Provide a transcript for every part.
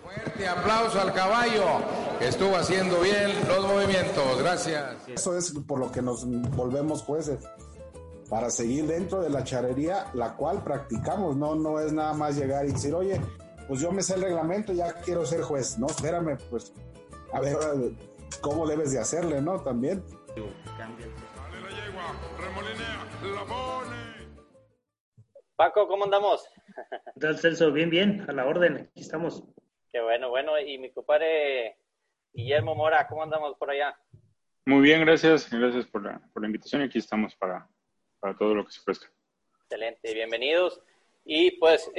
Fuerte aplauso al caballo, que estuvo haciendo bien los movimientos. Gracias. Eso es por lo que nos volvemos jueces, para seguir dentro de la charrería, la cual practicamos. No es nada más llegar y decir, oye, pues yo me sé el reglamento, ya quiero ser juez. No, espérame, pues, a ver cómo debes de hacerle, ¿no? También. Dale la yegua, remolinea, la pone. Paco, ¿cómo andamos? ¿Qué tal, Celso? Bien, a la orden, aquí estamos. Qué bueno, y mi compadre Guillermo Mora, ¿cómo andamos por allá? Muy bien, gracias por la invitación y aquí estamos para todo lo que se ofrezca. Excelente, bienvenidos. Y pues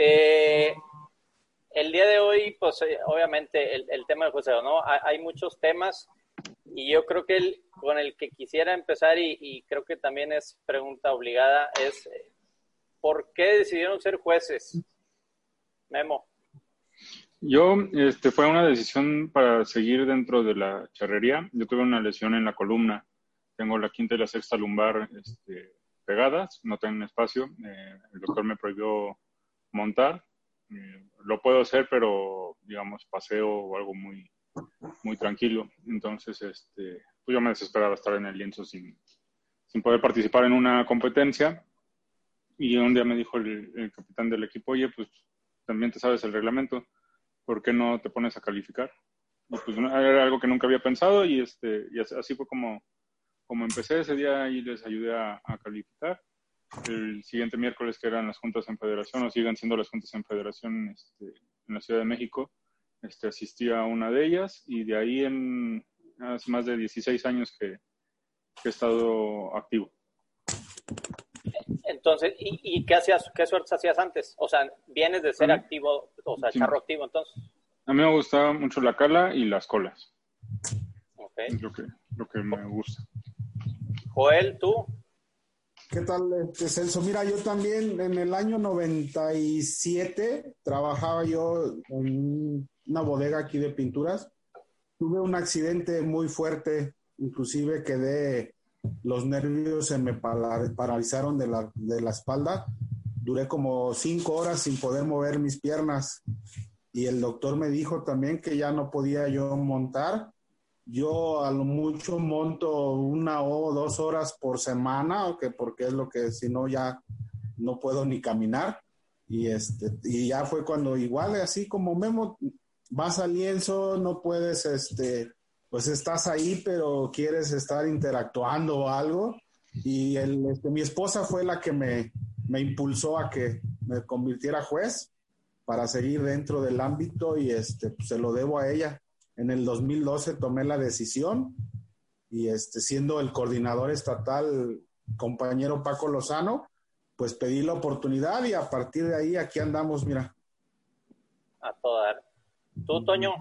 el día de hoy, pues obviamente el tema del jueceo, ¿no? Hay muchos temas y yo creo que con el que quisiera empezar y creo que también es pregunta obligada es ¿por qué decidieron ser jueces? Memo. Yo, fue una decisión para seguir dentro de la charrería. Yo tuve una lesión en la columna. Tengo la quinta y la sexta lumbar pegadas, no tienen espacio. El doctor me prohibió montar. Lo puedo hacer, pero, digamos, paseo o algo muy, muy tranquilo. Entonces, pues yo me desesperaba estar en el lienzo sin poder participar en una competencia. Y un día me dijo el capitán del equipo, oye, pues también te sabes el reglamento, ¿por qué no te pones a calificar? Y pues era algo que nunca había pensado y así fue como empecé ese día y les ayudé a calificar. El siguiente miércoles, que eran las juntas en federación, o siguen siendo las juntas en federación en la Ciudad de México, asistí a una de ellas y de ahí hace más de 16 años que he estado activo. Entonces, ¿y qué suertes hacías antes? O sea, vienes de ser activo, o sea, sí. charro activo, entonces. A mí me gustaba mucho la cala y las colas. Okay. Es lo que me gusta. Joel, ¿tú? ¿Qué tal, Celso? Mira, yo también en el año 97 trabajaba yo en una bodega aquí de pinturas. Tuve un accidente muy fuerte, inclusive los nervios se me paralizaron de la espalda. Duré como 5 horas sin poder mover mis piernas y el doctor me dijo también que ya no podía yo montar. Yo a lo mucho monto 1 o 2 horas por semana, porque es lo que si no ya no puedo ni caminar. Y ya fue cuando igual así como Memo, vas al lienzo, no puedes, pues estás ahí, pero quieres estar interactuando o algo. Y mi esposa fue la que me impulsó a que me convirtiera juez para seguir dentro del ámbito y pues se lo debo a ella. En el 2012 tomé la decisión y siendo el coordinador estatal, compañero Paco Lozano, pues pedí la oportunidad y a partir de ahí aquí andamos, mira. A todo dar. ¿Tú, Toño?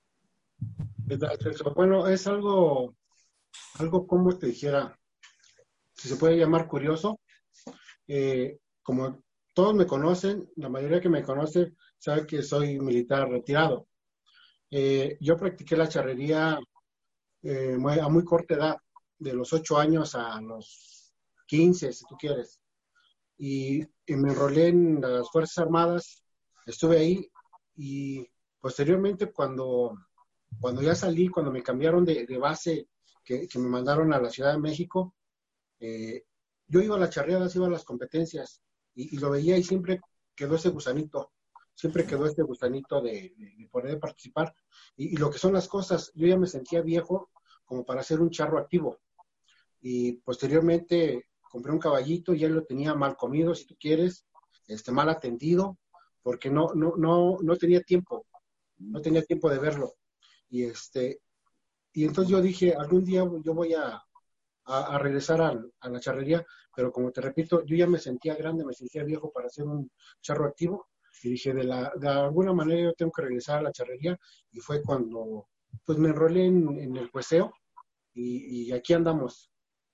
Bueno, es algo como te dijera, si se puede llamar curioso. Como todos me conocen, la mayoría que me conoce sabe que soy militar retirado. Yo practiqué la charrería a muy corta edad, de los 8 años a los 15, si tú quieres. Y me enrolé en las Fuerzas Armadas, estuve ahí y posteriormente cuando ya salí, cuando me cambiaron de base, que me mandaron a la Ciudad de México, yo iba a las charreadas, iba a las competencias y lo veía y siempre quedó ese gusanito. Siempre quedó este gusanito de poder participar. Y lo que son las cosas, yo ya me sentía viejo como para ser un charro activo. Y posteriormente compré un caballito, ya lo tenía mal comido, si tú quieres, mal atendido, porque no tenía tiempo, no tenía tiempo de verlo. Y entonces yo dije, algún día yo voy a regresar a la charrería, pero como te repito, yo ya me sentía grande, me sentía viejo para ser un charro activo. Y dije, de alguna manera yo tengo que regresar a la charrería, y fue cuando pues me enrolé en el jueceo, y aquí andamos.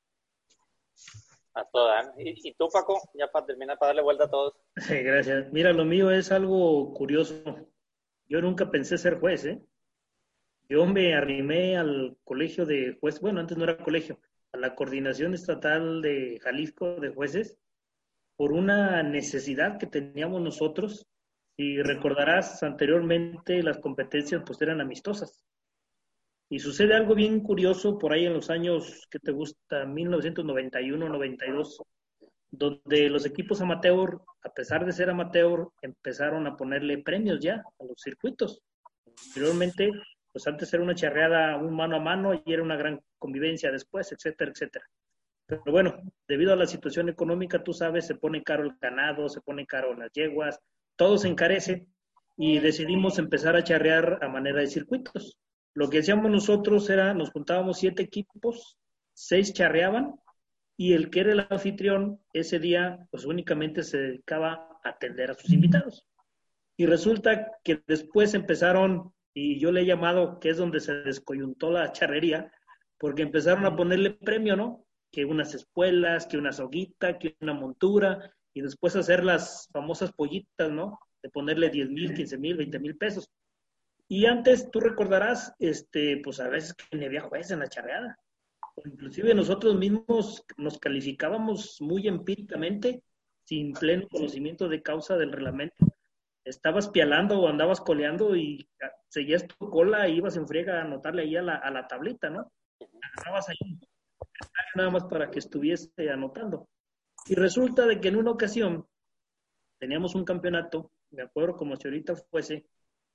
A toda. ¿Y tú, Paco? Ya para terminar, para darle vuelta a todos. Gracias. Mira, lo mío es algo curioso. Yo nunca pensé ser juez, ¿eh? Yo me arrimé al colegio de jueces, bueno, antes no era colegio, a la Coordinación Estatal de Jalisco de Jueces, por una necesidad que teníamos nosotros Si recordarás, anteriormente las competencias pues eran amistosas. Y sucede algo bien curioso por ahí en los años, ¿qué te gusta? 1991, 92, donde los equipos amateur, a pesar de ser amateur, empezaron a ponerle premios ya a los circuitos. Anteriormente, pues antes era una charreada un mano a mano y era una gran convivencia después, etcétera, etcétera. Pero bueno, debido a la situación económica, tú sabes, se pone caro el ganado, se pone caro las yeguas, todo se encarece y decidimos empezar a charrear a manera de circuitos. Lo que hacíamos nosotros era, nos juntábamos 7 equipos, 6 charreaban y el que era el anfitrión ese día pues únicamente se dedicaba a atender a sus invitados. Y resulta que después empezaron, y yo le he llamado, que es donde se descoyuntó la charrería, porque empezaron a ponerle premio, ¿no? Que unas espuelas, que una soguita, que una montura, y después hacer las famosas pollitas, ¿no? De ponerle 10,000, 15,000, 20,000 pesos. Y antes, tú recordarás, pues a veces que ni había juez en la charreada. Inclusive nosotros mismos nos calificábamos muy empíricamente, sin pleno conocimiento de causa del reglamento. Estabas pialando o andabas coleando y seguías tu cola e ibas en friega a anotarle ahí a la tablita, ¿no? Agarrabas ahí nada más para que estuviese anotando. Y resulta de que en una ocasión teníamos un campeonato, me acuerdo como si ahorita fuese,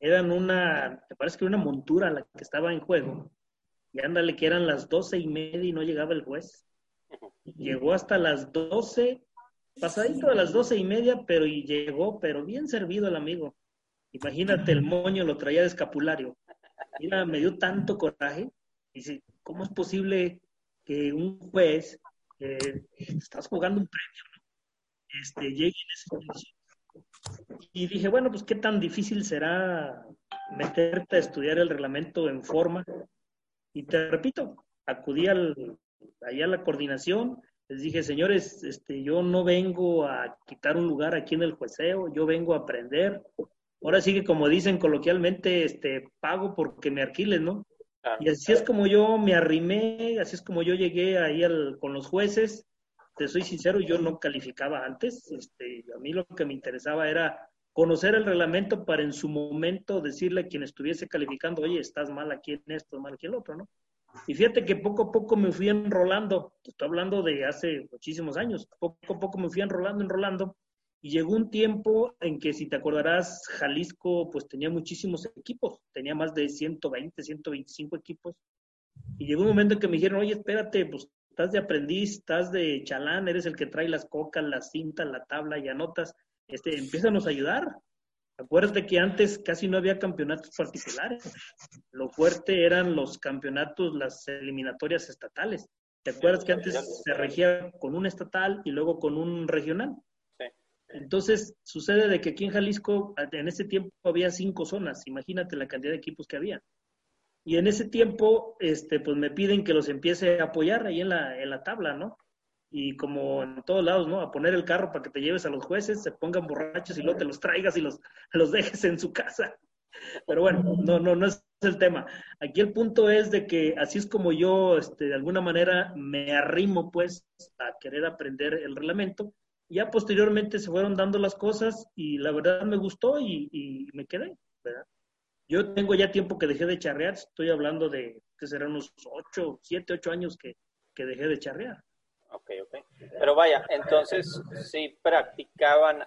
me parece que era una montura la que estaba en juego, y ándale que eran las 12:30 y no llegaba el juez. Llegó hasta las 12, pasadito de las 12:30, y llegó, pero bien servido el amigo. Imagínate, el moño lo traía de escapulario. Mira, me dio tanto coraje. Dice, ¿cómo es posible que un juez, estás jugando un premio, ¿no? Llegue en esa condición? Y dije, bueno, pues qué tan difícil será meterte a estudiar el reglamento en forma. Y te repito, acudí allá a la coordinación, les dije, señores, yo no vengo a quitar un lugar aquí en el jueceo, yo vengo a aprender. Ahora sí que como dicen coloquialmente, pago porque me alquilen, ¿no? Y así es como yo me arrimé, así es como yo llegué ahí con los jueces. Te soy sincero, yo no calificaba antes. A mí lo que me interesaba era conocer el reglamento para en su momento decirle a quien estuviese calificando, oye, estás mal aquí en esto, estás mal aquí en lo otro, ¿no? Y fíjate que poco a poco me fui enrolando. Estoy hablando de hace muchísimos años. Poco a poco me fui enrolando. Y llegó un tiempo en que, si te acordarás, Jalisco pues tenía muchísimos equipos, tenía más de 120, 125 equipos. Y llegó un momento en que me dijeron, oye, espérate, pues estás de aprendiz, estás de chalán, eres el que trae las cocas, las cintas, la tabla y anotas, empiezanos a ayudar. Acuérdate que antes casi no había campeonatos particulares. Lo fuerte eran los campeonatos, las eliminatorias estatales. ¿Te acuerdas que antes se regía con un estatal y luego con un regional? Entonces, sucede de que aquí en Jalisco, en ese tiempo había 5 zonas, imagínate la cantidad de equipos que había. Y en ese tiempo, pues me piden que los empiece a apoyar ahí en la tabla, ¿no? Y como en todos lados, ¿no? A poner el carro para que te lleves a los jueces, se pongan borrachos y luego te los traigas y los dejes en su casa. Pero bueno, no es el tema. Aquí el punto es de que así es como yo, de alguna manera, me arrimo, pues, a querer aprender el reglamento. Ya posteriormente se fueron dando las cosas y la verdad me gustó y me quedé, ¿verdad? Yo tengo ya tiempo que dejé de charrear, estoy hablando de que serán unos 7, 8 años que dejé de charrear. Ok. Pero vaya, entonces sí practicaban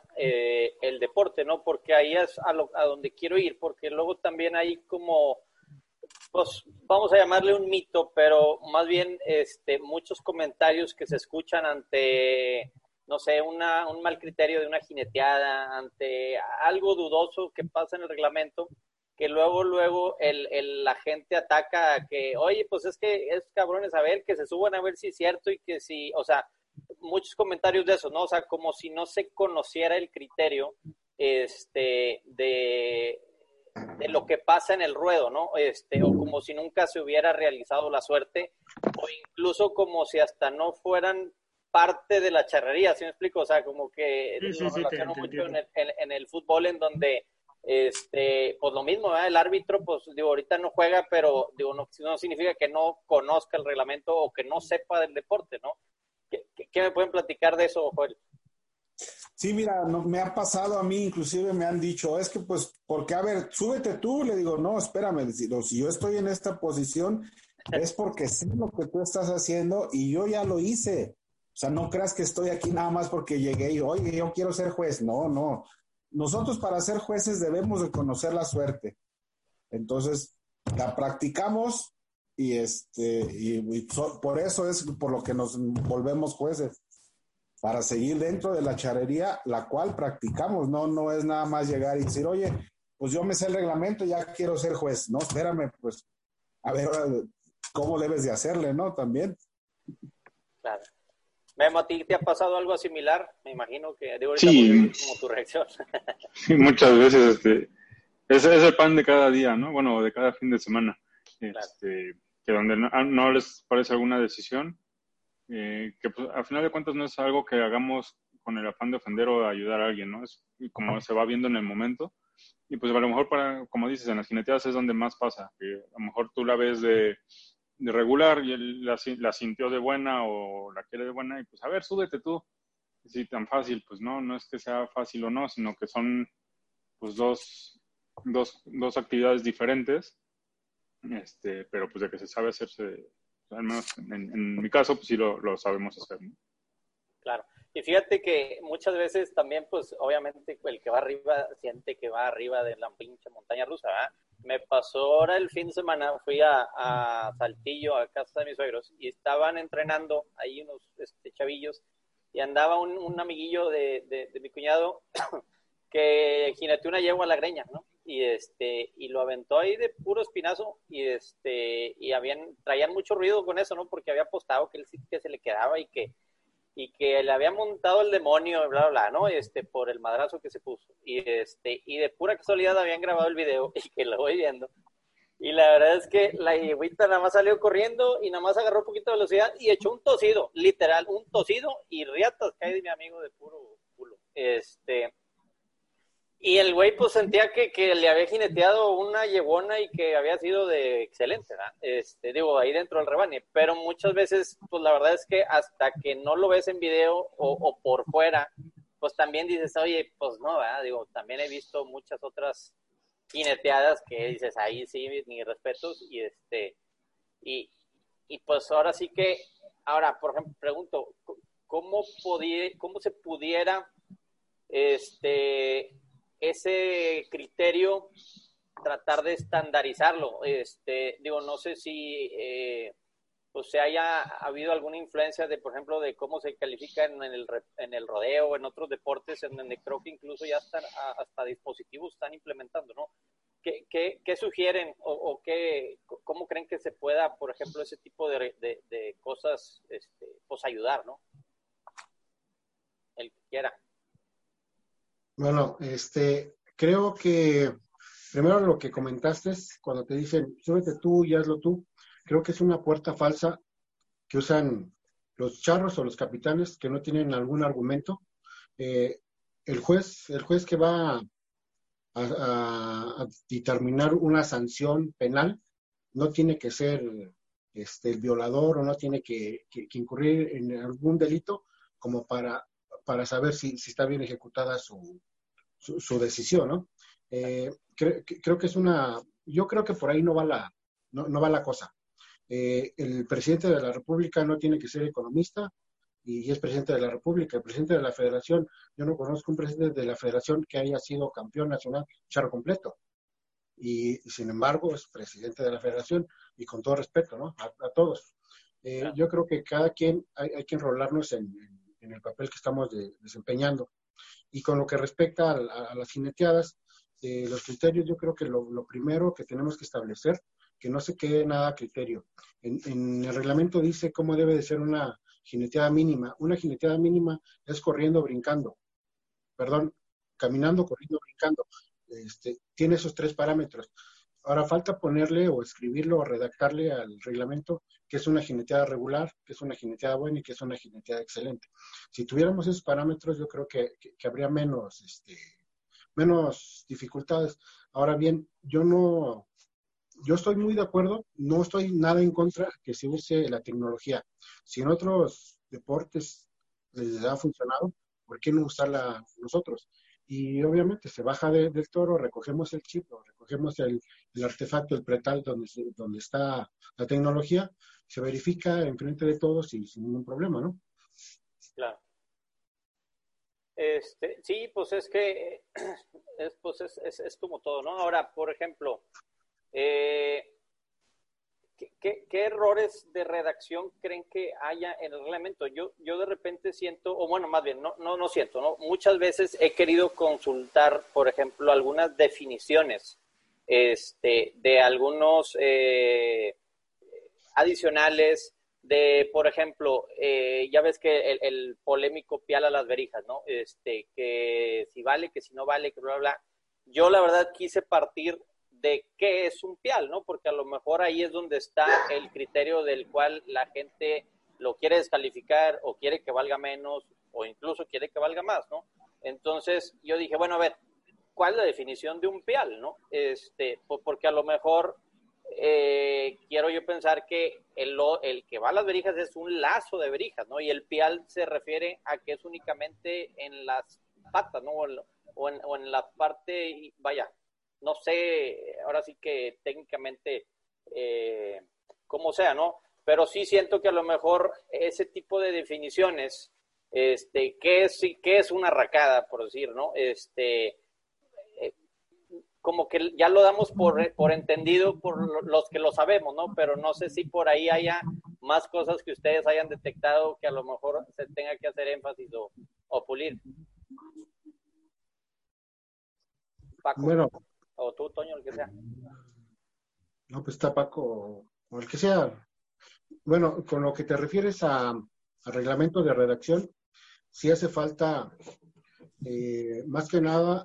el deporte, ¿no? Porque ahí es a donde quiero ir, porque luego también hay como, pues vamos a llamarle un mito, pero más bien muchos comentarios que se escuchan ante, no sé, un mal criterio de una jineteada, ante algo dudoso que pasa en el reglamento, que luego la gente ataca a que, oye, pues es que es cabrones, a ver, que se suban a ver si es cierto y que si, o sea, muchos comentarios de eso, ¿no? O sea, como si no se conociera el criterio de lo que pasa en el ruedo, ¿no? O como si nunca se hubiera realizado la suerte, o incluso como si hasta no fueran parte de la charrería, ¿sí me explico? O sea, como que lo relaciono mucho en el fútbol, en donde pues lo mismo, ¿verdad? El árbitro, pues digo, ahorita no juega, pero digo, no significa que no conozca el reglamento o que no sepa del deporte, ¿no? ¿Qué me pueden platicar de eso, Joel? Sí, mira, me ha pasado a mí, inclusive me han dicho, es que pues, porque a ver, súbete tú, le digo, no, espérame, si yo estoy en esta posición, es porque sé lo que tú estás haciendo y yo ya lo hice. O sea, no creas que estoy aquí nada más porque llegué y, oye, yo quiero ser juez. No, no. Nosotros para ser jueces debemos de conocer la suerte. Entonces, la practicamos por eso es por lo que nos volvemos jueces, para seguir dentro de la charrería, la cual practicamos, no es nada más llegar y decir, oye, pues yo me sé el reglamento, ya quiero ser juez. No, espérame, pues, a ver, ¿cómo debes de hacerle, no? También. Claro. Memo, ¿a ti te ha pasado algo similar? Me imagino que de ahorita Sí, como tu reacción. sí, muchas veces es el pan de cada día, ¿no? Bueno, de cada fin de semana. Claro. Que donde no les parece alguna decisión, que pues, al final de cuentas no es algo que hagamos con el afán de ofender o de ayudar a alguien, ¿no? Es como se va viendo en el momento. Y pues a lo mejor, como dices, en las jineteadas es donde más pasa. Que a lo mejor tú la ves de regular y él la sintió de buena o la quiere de buena y pues a ver, súbete tú. Sí, tan fácil, pues no es que sea fácil o no, sino que son pues dos actividades diferentes, pero pues de que se sabe hacerse, al menos en mi caso, pues sí lo sabemos hacer, ¿no? Claro. Y fíjate que muchas veces también, pues obviamente el que va arriba siente que va arriba de la pinche montaña rusa, ¿verdad? Me pasó ahora el fin de semana, fui a Saltillo, a casa de mis suegros, y estaban entrenando ahí unos chavillos, y andaba un amiguillo de mi cuñado que jineteó una yegua a la greña, ¿no? Y lo aventó ahí de puro espinazo, y traían mucho ruido con eso, ¿no? Porque había apostado que él sí que se le quedaba y que le había montado el demonio, bla, bla, bla, ¿no? Por el madrazo que se puso. Y de pura casualidad habían grabado el video y que lo voy viendo. Y la verdad es que la yeguita nada más salió corriendo y nada más agarró un poquito de velocidad y echó un tosido, literal, un tosido y riatas cae de mi amigo de puro culo. Y el güey pues sentía que le había jineteado una yeguona y que había sido de excelente, ¿verdad? Ahí dentro del rebane, pero muchas veces pues la verdad es que hasta que no lo ves en video o por fuera, pues también dices, oye, pues no, ¿verdad? También he visto muchas otras jineteadas que dices, ahí sí, mis respetos, y pues ahora sí que, ahora, por ejemplo, pregunto, ¿cómo se pudiera, ese criterio tratar de estandarizarlo? No sé si pues se haya habido alguna influencia de, por ejemplo, de cómo se califica en el rodeo o en otros deportes, en donde creo que incluso ya hasta dispositivos están implementando, ¿no? ¿Qué sugieren o cómo creen que se pueda, por ejemplo, ese tipo de cosas, pues ayudar, ¿no? El que quiera. Bueno, creo que primero lo que comentaste es cuando te dicen, súbete tú y hazlo tú, creo que es una puerta falsa que usan los charros o los capitanes que no tienen algún argumento. El juez que va a determinar una sanción penal no tiene que ser el violador o no tiene que incurrir en algún delito como para saber si está bien ejecutada su decisión, ¿no? Creo que yo creo que por ahí no va la cosa. El presidente de la República no tiene que ser economista y es presidente de la República. El presidente de la Federación, yo no conozco un presidente de la Federación que haya sido campeón nacional charro completo. Y sin embargo es presidente de la Federación y con todo respeto, ¿no? A todos. Claro. Yo creo que cada quien hay que enrolarnos en el papel que estamos desempeñando. Y con lo que respecta a las jineteadas, los criterios, yo creo que lo primero que tenemos que establecer, que no se quede nada a criterio. En el reglamento dice cómo debe de ser una jineteada mínima. Una jineteada mínima es corriendo, brincando. Perdón, caminando, corriendo, brincando. Tiene esos 3 parámetros. Ahora falta ponerle o escribirlo o redactarle al reglamento que es una jineteada regular, que es una jineteada buena y que es una jineteada excelente. Si tuviéramos esos parámetros, yo creo que habría menos dificultades. Ahora bien, yo estoy muy de acuerdo, no estoy nada en contra que se use la tecnología. Si en otros deportes les ha funcionado, ¿por qué no usarla nosotros? Y obviamente se baja del toro, recogemos el chip, o recogemos el artefacto, el pretal donde está la tecnología, se verifica enfrente de todos y sin ningún problema, ¿no? Claro. Sí, pues es que es como todo, ¿no? Ahora, por ejemplo, ¿qué errores de redacción creen que haya en el reglamento? Yo de repente siento, o bueno, más bien, no siento, ¿no? Muchas veces he querido consultar, por ejemplo, algunas definiciones de algunos adicionales de, por ejemplo, ya ves que el polémico pial a las verijas, ¿no? Que si vale, que si no vale, que bla, bla, bla. Yo la verdad quise partir de qué es un pial, ¿no? Porque a lo mejor ahí es donde está el criterio del cual la gente lo quiere descalificar o quiere que valga menos o incluso quiere que valga más, ¿no? Entonces yo dije, bueno, a ver, ¿cuál es la definición de un pial, no? Porque a lo mejor quiero yo pensar que el que va a las verijas es un lazo de verijas, ¿no? Y el pial se refiere a que es únicamente en las patas, ¿no? O en la parte, vaya, no sé, ahora sí que técnicamente, como sea, ¿no? Pero sí siento que a lo mejor ese tipo de definiciones, ¿qué es una racada, por decir, ¿no? Como que ya lo damos por entendido por los que lo sabemos, ¿no? Pero no sé si por ahí haya más cosas que ustedes hayan detectado que a lo mejor se tenga que hacer énfasis o pulir. Paco, Bueno, o tú, Toño, el que sea. no, pues está Paco, o el que sea. Bueno, con lo que te refieres a reglamento de redacción, sí hace falta, más que nada,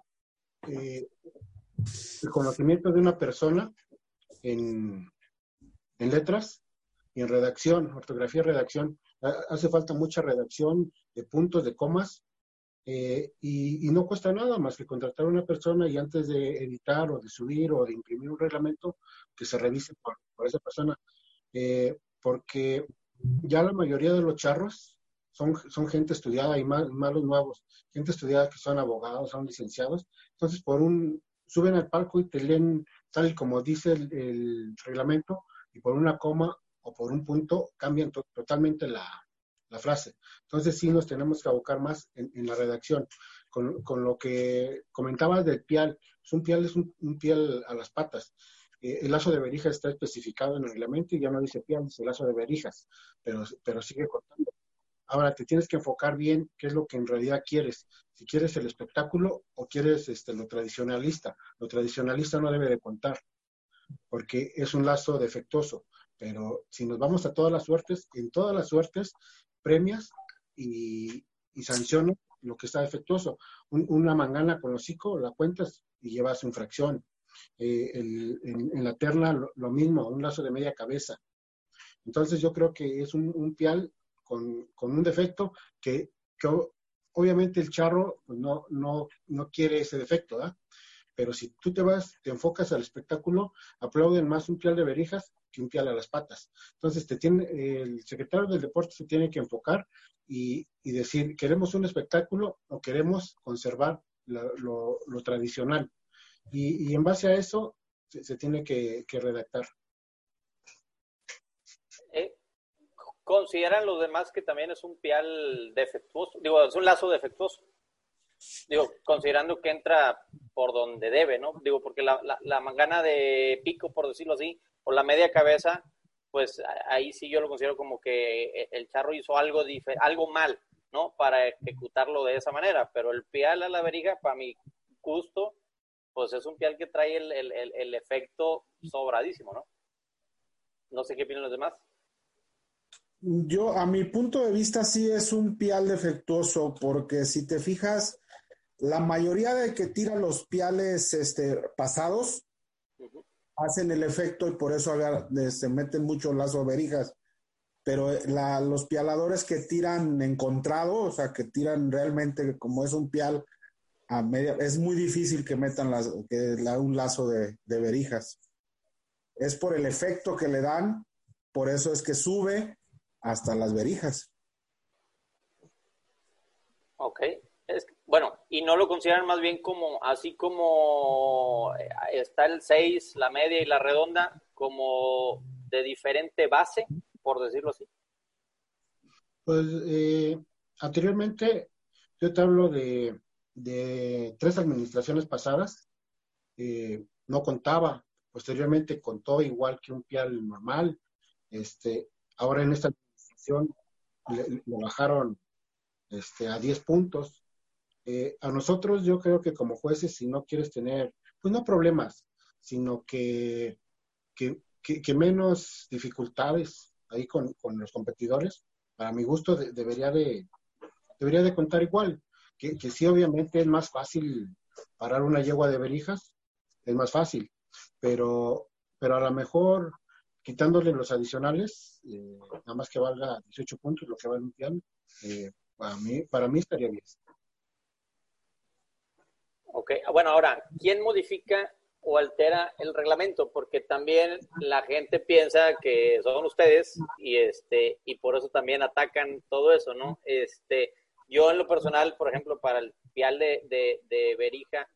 el conocimiento de una persona en letras y en redacción, ortografía y redacción. Hace falta mucha redacción de puntos, de comas, y no cuesta nada más que contratar a una persona y antes de editar o de subir o de imprimir un reglamento, que se revise por esa persona. Porque ya la mayoría de los charros son gente estudiada y más los nuevos, gente estudiada que son abogados, son licenciados. Entonces, suben al palco y te leen tal y como dice el reglamento y por una coma o por un punto cambian totalmente la frase. Entonces sí nos tenemos que abocar más en la redacción. Con lo que comentabas del pial, un pial es un pial a las patas. El lazo de verijas está especificado en el reglamento y ya no dice pial, dice lazo de verijas, pero sigue cortando. Ahora te tienes que enfocar bien qué es lo que en realidad quieres. Si quieres el espectáculo o quieres lo tradicionalista. Lo tradicionalista no debe de contar, porque es un lazo defectuoso. Pero si nos vamos a todas las suertes, en todas las suertes premias y sancionas lo que está defectuoso. Una mangana con hocico la cuentas y llevas infracción. En la terna lo mismo, un lazo de media cabeza. Entonces yo creo que es un pial con un defecto que obviamente el charro pues, no quiere ese defecto, ¿verdad? Pero si tú te enfocas al espectáculo, aplauden más un pial de verijas que un pial a las patas. Entonces el secretario del deporte se tiene que enfocar y decir, ¿queremos un espectáculo o queremos conservar lo tradicional? Y en base a eso se tiene que redactar. ¿Consideran los demás que también es un pial defectuoso? Digo, es un lazo defectuoso. Digo, considerando que entra por donde debe, ¿no? Digo, porque la mangana de pico, por decirlo así, o la media cabeza, pues ahí sí yo lo considero como que el charro hizo algo mal, ¿no? Para ejecutarlo de esa manera. Pero el pial a la verija, para mi gusto, pues es un pial que trae el efecto sobradísimo, ¿no? No sé qué opinan los demás. Yo, a mi punto de vista, sí es un pial defectuoso, porque si te fijas, la mayoría de que tiran los piales pasados hacen el efecto y por eso se meten mucho lazo de verijas. Pero los pialadores que tiran encontrado, o sea, que tiran realmente como es un pial a media, es muy difícil que metan un lazo de verijas. Es por el efecto que le dan, por eso es que sube hasta las verijas. Ok. Bueno, y no lo consideran más bien como, así como está el 6, la media y la redonda, como de diferente base, por decirlo así. Pues anteriormente yo te hablo de 3 administraciones pasadas, no contaba, posteriormente contó igual que un pial normal. Ahora en esta administración le bajaron a 10 puntos. A nosotros yo creo que como jueces, si no quieres tener, pues no problemas, sino que menos dificultades ahí con los competidores, para mi gusto debería de contar igual, que sí obviamente es más fácil parar una yegua de Berijas, es más fácil, pero a lo mejor quitándole los adicionales, nada más que valga 18 puntos, lo que vale un piano, para mí estaría bien. Ok, bueno, ahora, ¿quién modifica o altera el reglamento? Porque también la gente piensa que son ustedes y por eso también atacan todo eso, ¿no? Yo en lo personal, por ejemplo, para el pial de Berija,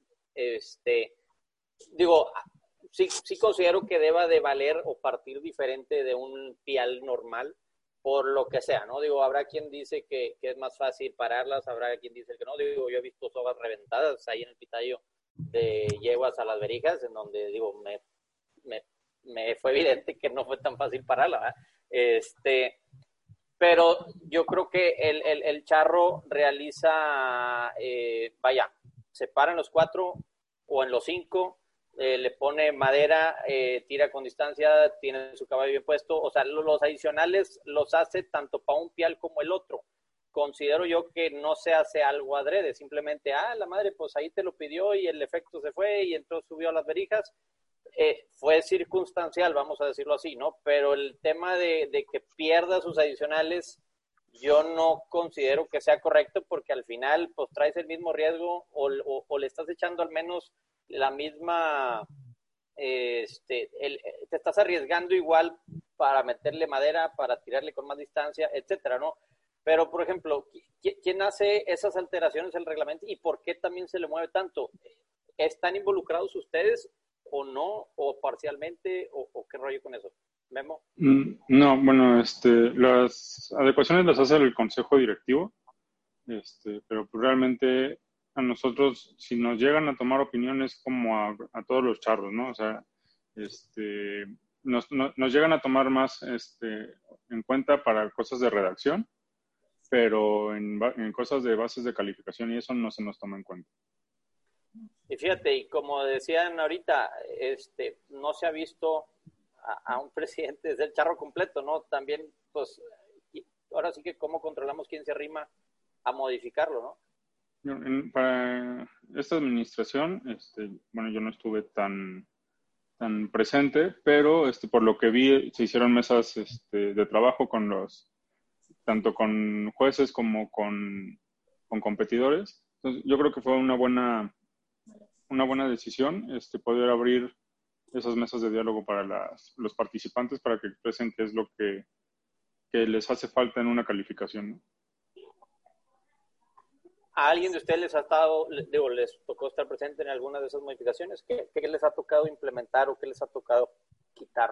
digo, sí considero que deba de valer o partir diferente de un pial normal, por lo que sea, ¿no? Digo, habrá quien dice que es más fácil pararlas, habrá quien dice que no. Digo, yo he visto sogas reventadas ahí en el pitayo de yeguas a las Berijas, en donde, digo, me fue evidente que no fue tan fácil pararla, ¿verdad? Pero yo creo que el charro realiza, se para en los 4 o en los 5, le pone madera, tira con distancia, tiene su caballo bien puesto, o sea, los adicionales los hace tanto para un pial como el otro. Considero yo que no se hace algo adrede, simplemente, la madre, pues ahí te lo pidió y el efecto se fue y entonces subió a las Berijas. Fue circunstancial, vamos a decirlo así, ¿no? Pero el tema de que pierda sus adicionales, yo no considero que sea correcto, porque al final, pues traes el mismo riesgo o le estás echando al menos la misma, te estás arriesgando igual para meterle madera, para tirarle con más distancia, etcétera, ¿no? Pero, por ejemplo, ¿quién hace esas alteraciones del reglamento y por qué también se le mueve tanto? ¿Están involucrados ustedes o no, o parcialmente, o qué rollo con eso? ¿Memo? No, bueno, las adecuaciones las hace el consejo directivo, pero pues realmente a nosotros, si nos llegan a tomar opiniones como a todos los charros, ¿no? O sea, nos llegan a tomar más en cuenta para cosas de redacción, pero en cosas de bases de calificación y eso no se nos toma en cuenta. Y fíjate, y como decían ahorita, no se ha visto a un presidente del charro completo, ¿no? También, pues, ahora sí que cómo controlamos quién se arrima a modificarlo, ¿no? Para esta administración, bueno, yo no estuve tan presente, pero por lo que vi, se hicieron mesas de trabajo tanto con jueces como con competidores. Entonces, yo creo que fue una buena decisión poder abrir esas mesas de diálogo para los participantes para que expresen qué es lo que les hace falta en una calificación, ¿no? ¿A alguien de ustedes les tocó estar presente en alguna de esas modificaciones? ¿Qué les ha tocado implementar o qué les ha tocado quitar?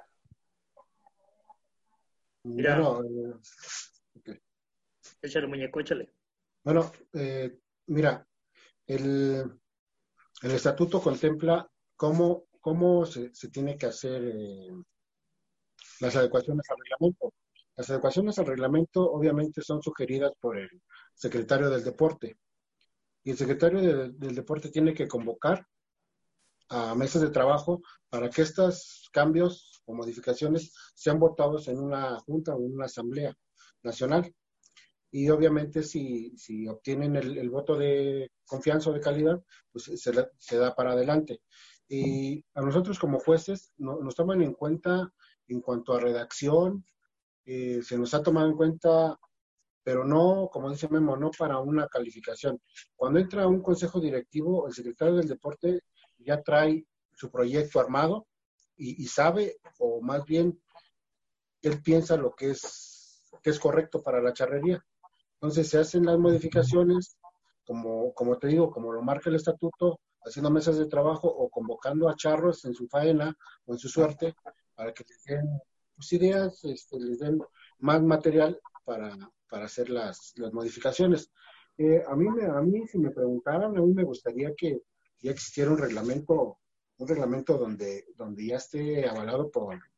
Mira, Okay. Échale, muñeco, échale. Bueno, mira, el estatuto contempla cómo se tiene que hacer las adecuaciones al reglamento. Las adecuaciones al reglamento obviamente son sugeridas por el secretario del deporte. Y el secretario del deporte tiene que convocar a mesas de trabajo para que estos cambios o modificaciones sean votados en una junta o en una asamblea nacional. Y obviamente si obtienen el voto de confianza o de calidad, pues se da para adelante. Y a nosotros como jueces nos toman en cuenta en cuanto a redacción, se nos ha tomado en cuenta, pero no, como dice Memo, no para una calificación. Cuando entra un consejo directivo, el secretario del deporte ya trae su proyecto armado y sabe, o más bien, él piensa lo que es correcto para la charrería. Entonces se hacen las modificaciones, como te digo, como lo marca el estatuto, haciendo mesas de trabajo o convocando a charros en su faena o en su suerte para que les den pues, ideas, les den más material para hacer las modificaciones. A mí, si me preguntaran, a mí me gustaría que ya existiera un reglamento donde ya esté avalado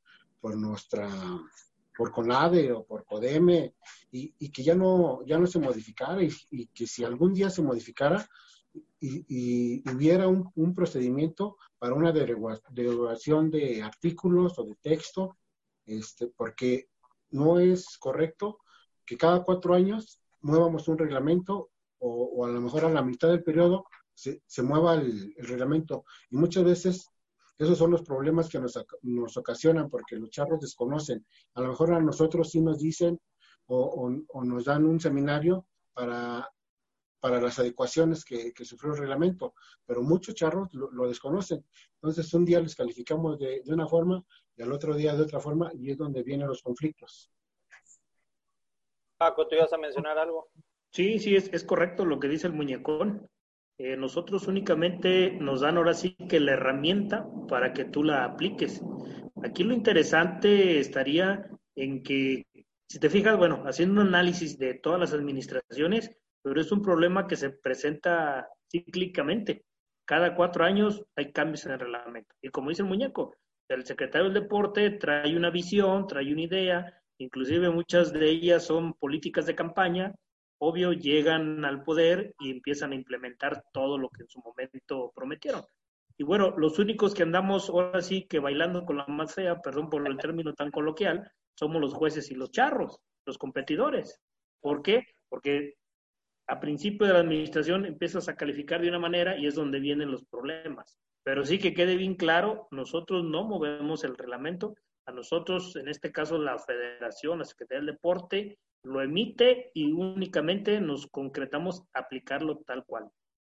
por CONADE o por CODEME y que ya no se modificara y que si algún día se modificara y hubiera un procedimiento para una derogación de artículos o de texto, porque no es correcto que cada 4 años muevamos un reglamento o a lo mejor a la mitad del periodo se mueva el reglamento. Y muchas veces esos son los problemas que nos ocasionan porque los charros desconocen. A lo mejor a nosotros sí nos dicen o nos dan un seminario para las adecuaciones que sufrió el reglamento, pero muchos charros lo desconocen. Entonces un día les calificamos de una forma y al otro día de otra forma y es donde vienen los conflictos. Paco, ¿tú ibas a mencionar algo? Sí, es correcto lo que dice el muñecón. Nosotros únicamente nos dan ahora sí que la herramienta para que tú la apliques. Aquí lo interesante estaría en que, si te fijas, bueno, haciendo un análisis de todas las administraciones, pero es un problema que se presenta cíclicamente. Cada 4 años hay cambios en el reglamento. Y como dice el muñeco, el secretario del deporte trae una visión, trae una idea, inclusive muchas de ellas son políticas de campaña. Obvio, llegan al poder y empiezan a implementar todo lo que en su momento prometieron. Y bueno, los únicos que andamos ahora sí que bailando con la más fea, perdón por el término tan coloquial, somos los jueces y los charros, los competidores. ¿Por qué? Porque a principio de la administración empiezas a calificar de una manera y es donde vienen los problemas. Pero sí que quede bien claro, nosotros no movemos el reglamento. A nosotros, en este caso, la Federación, la Secretaría del Deporte, lo emite y únicamente nos concretamos a aplicarlo tal cual.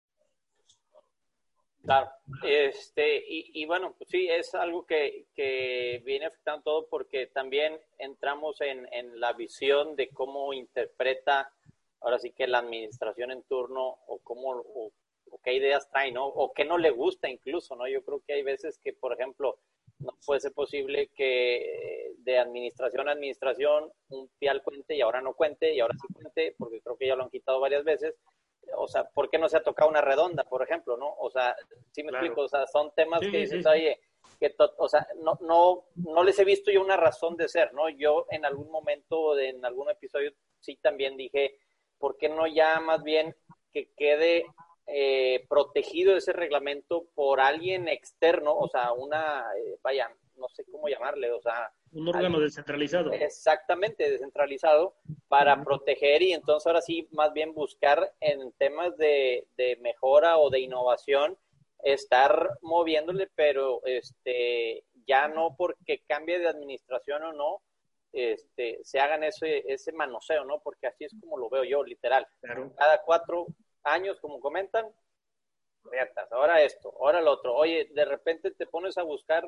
Claro, y bueno, pues sí, es algo que viene afectando todo porque también entramos en la visión de cómo interpreta ahora sí que la administración en turno o qué ideas trae, ¿no? O qué no le gusta incluso, ¿no? Yo creo que hay veces que, por ejemplo, no puede ser posible que de administración a administración un fial cuente y ahora no cuente y ahora sí cuente, porque creo que ya lo han quitado varias veces. O sea, ¿por qué no se ha tocado una redonda, por ejemplo, no? O sea, sí me explico, o sea, son temas que dices, oye, o sea, no les he visto yo una razón de ser, ¿no? Yo en algún momento, en algún episodio, sí también dije, ¿por qué no ya más bien que quede protegido ese reglamento por alguien externo? O sea, vaya, no sé cómo llamarle, o sea... Un órgano descentralizado. Exactamente, descentralizado, para proteger y entonces ahora sí más bien buscar en temas de mejora o de innovación, estar moviéndole, pero ya no porque cambie de administración o no, se hagan ese manoseo, ¿no? Porque así es como lo veo yo, literal. Claro. Cada 4 años, como comentan, ahora esto, ahora lo otro. Oye, de repente te pones a buscar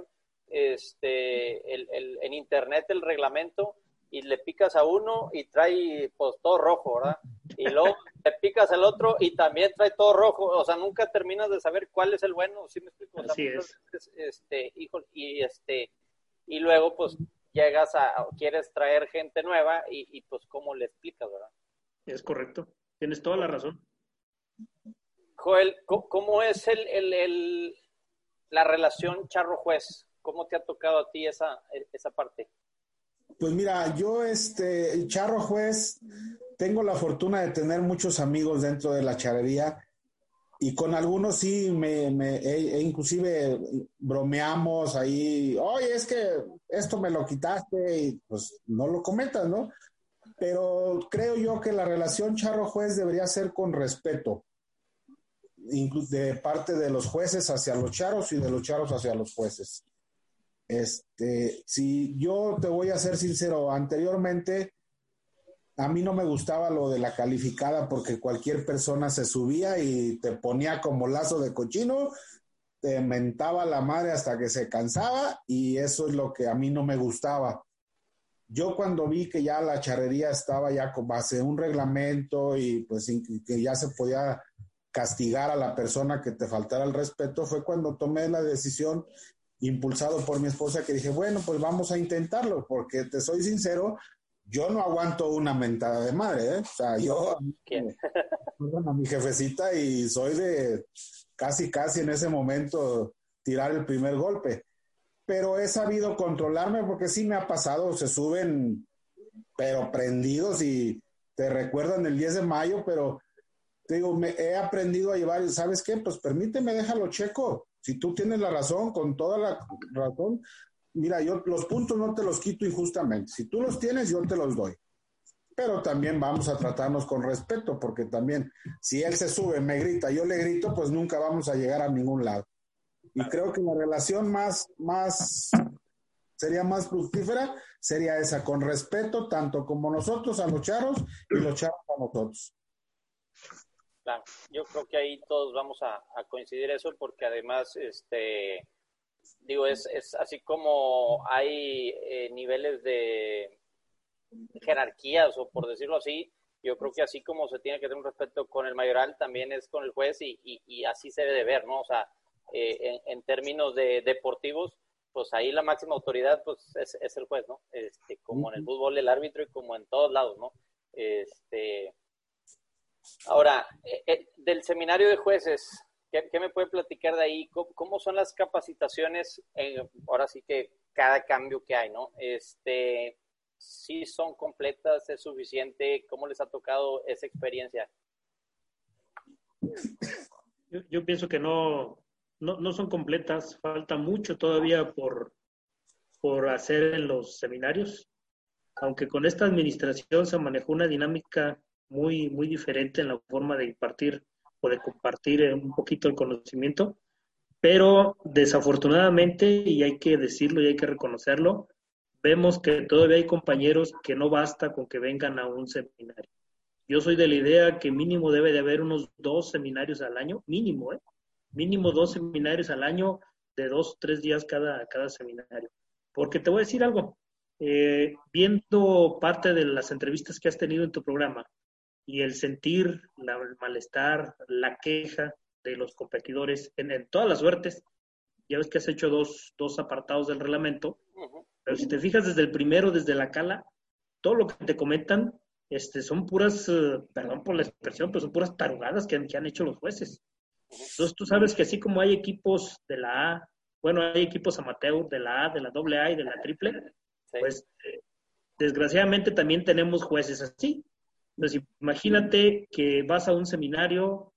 en internet el reglamento y le picas a uno y trae pues todo rojo, ¿verdad? Y luego le picas al otro y también trae todo rojo, o sea, nunca terminas de saber cuál es el bueno, ¿sí me explico? O sea, así es. Y luego pues llegas quieres traer gente nueva y pues ¿cómo le explicas, verdad? Es correcto, tienes toda la razón. Joel, ¿cómo es la relación charro-juez? ¿Cómo te ha tocado a ti esa parte? Pues mira, yo charro juez, tengo la fortuna de tener muchos amigos dentro de la charrería y con algunos sí inclusive bromeamos ahí, oye, es que esto me lo quitaste y pues no lo comentas, ¿no? Pero creo yo que la relación charro juez debería ser con respeto, de parte de los jueces hacia los charros y de los charros hacia los jueces. Si yo te voy a ser sincero, anteriormente a mí no me gustaba lo de la calificada porque cualquier persona se subía y te ponía como lazo de cochino, te mentaba la madre hasta que se cansaba y eso es lo que a mí no me gustaba. yo cuando vi que ya la charrería estaba ya con base en un reglamento y pues que ya se podía castigar a la persona que te faltara el respeto, fue cuando tomé la decisión, impulsado por mi esposa, que dije, bueno, pues vamos a intentarlo, porque te soy sincero, yo no aguanto una mentada de madre, ¿eh? O sea, yo a mi jefecita y soy de casi en ese momento tirar el primer golpe. Pero he sabido controlarme porque sí me ha pasado, se suben, pero prendidos y te recuerdan el 10 de mayo, pero te digo, he aprendido a llevar, ¿sabes qué? Pues permíteme, déjalo checo. Si tú tienes la razón, con toda la razón, mira, yo los puntos no te los quito injustamente. Si tú los tienes, yo te los doy. Pero también vamos a tratarnos con respeto, porque también, si él se sube, me grita, yo le grito, pues nunca vamos a llegar a ningún lado. Y creo que la relación sería más fructífera, sería esa, con respeto, tanto como nosotros a los charros y los charros a nosotros. Claro, yo creo que ahí todos vamos a coincidir eso, porque además, digo, es así como hay niveles de jerarquías, o por decirlo así, yo creo que así como se tiene que tener un respeto con el mayoral, también es con el juez, y así se debe de ver, ¿no? O sea, en términos de deportivos, pues ahí la máxima autoridad pues es el juez, ¿no? Como en el fútbol el árbitro y como en todos lados, ¿no? Ahora, del seminario de jueces, ¿qué me puede platicar de ahí? ¿Cómo son las capacitaciones? Ahora sí que cada cambio que hay, ¿no? ¿Sí son completas? ¿Es suficiente? ¿Cómo les ha tocado esa experiencia? Yo pienso que no son completas, falta mucho todavía por hacer en los seminarios, aunque con esta administración se manejó una dinámica muy, muy diferente en la forma de impartir o de compartir un poquito el conocimiento, pero desafortunadamente, y hay que decirlo y hay que reconocerlo, vemos que todavía hay compañeros que no basta con que vengan a un seminario. Yo soy de la idea que mínimo debe de haber unos 2 seminarios al año, mínimo, mínimo 2 seminarios al año, de 2 o 3 días cada seminario. Porque te voy a decir algo, viendo parte de las entrevistas que has tenido en tu programa y el sentir el malestar, la queja de los competidores en todas las suertes, ya ves que has hecho dos apartados del reglamento, pero si te fijas desde el primero, desde la cala, todo lo que te comentan son puras, perdón por la expresión, pero son puras tarugadas que han hecho los jueces. Entonces tú sabes que así como hay equipos de la A, bueno, hay equipos amateur de la A, de la AA y de la triple, sí, pues desgraciadamente también tenemos jueces así. Entonces imagínate que vas a un seminario,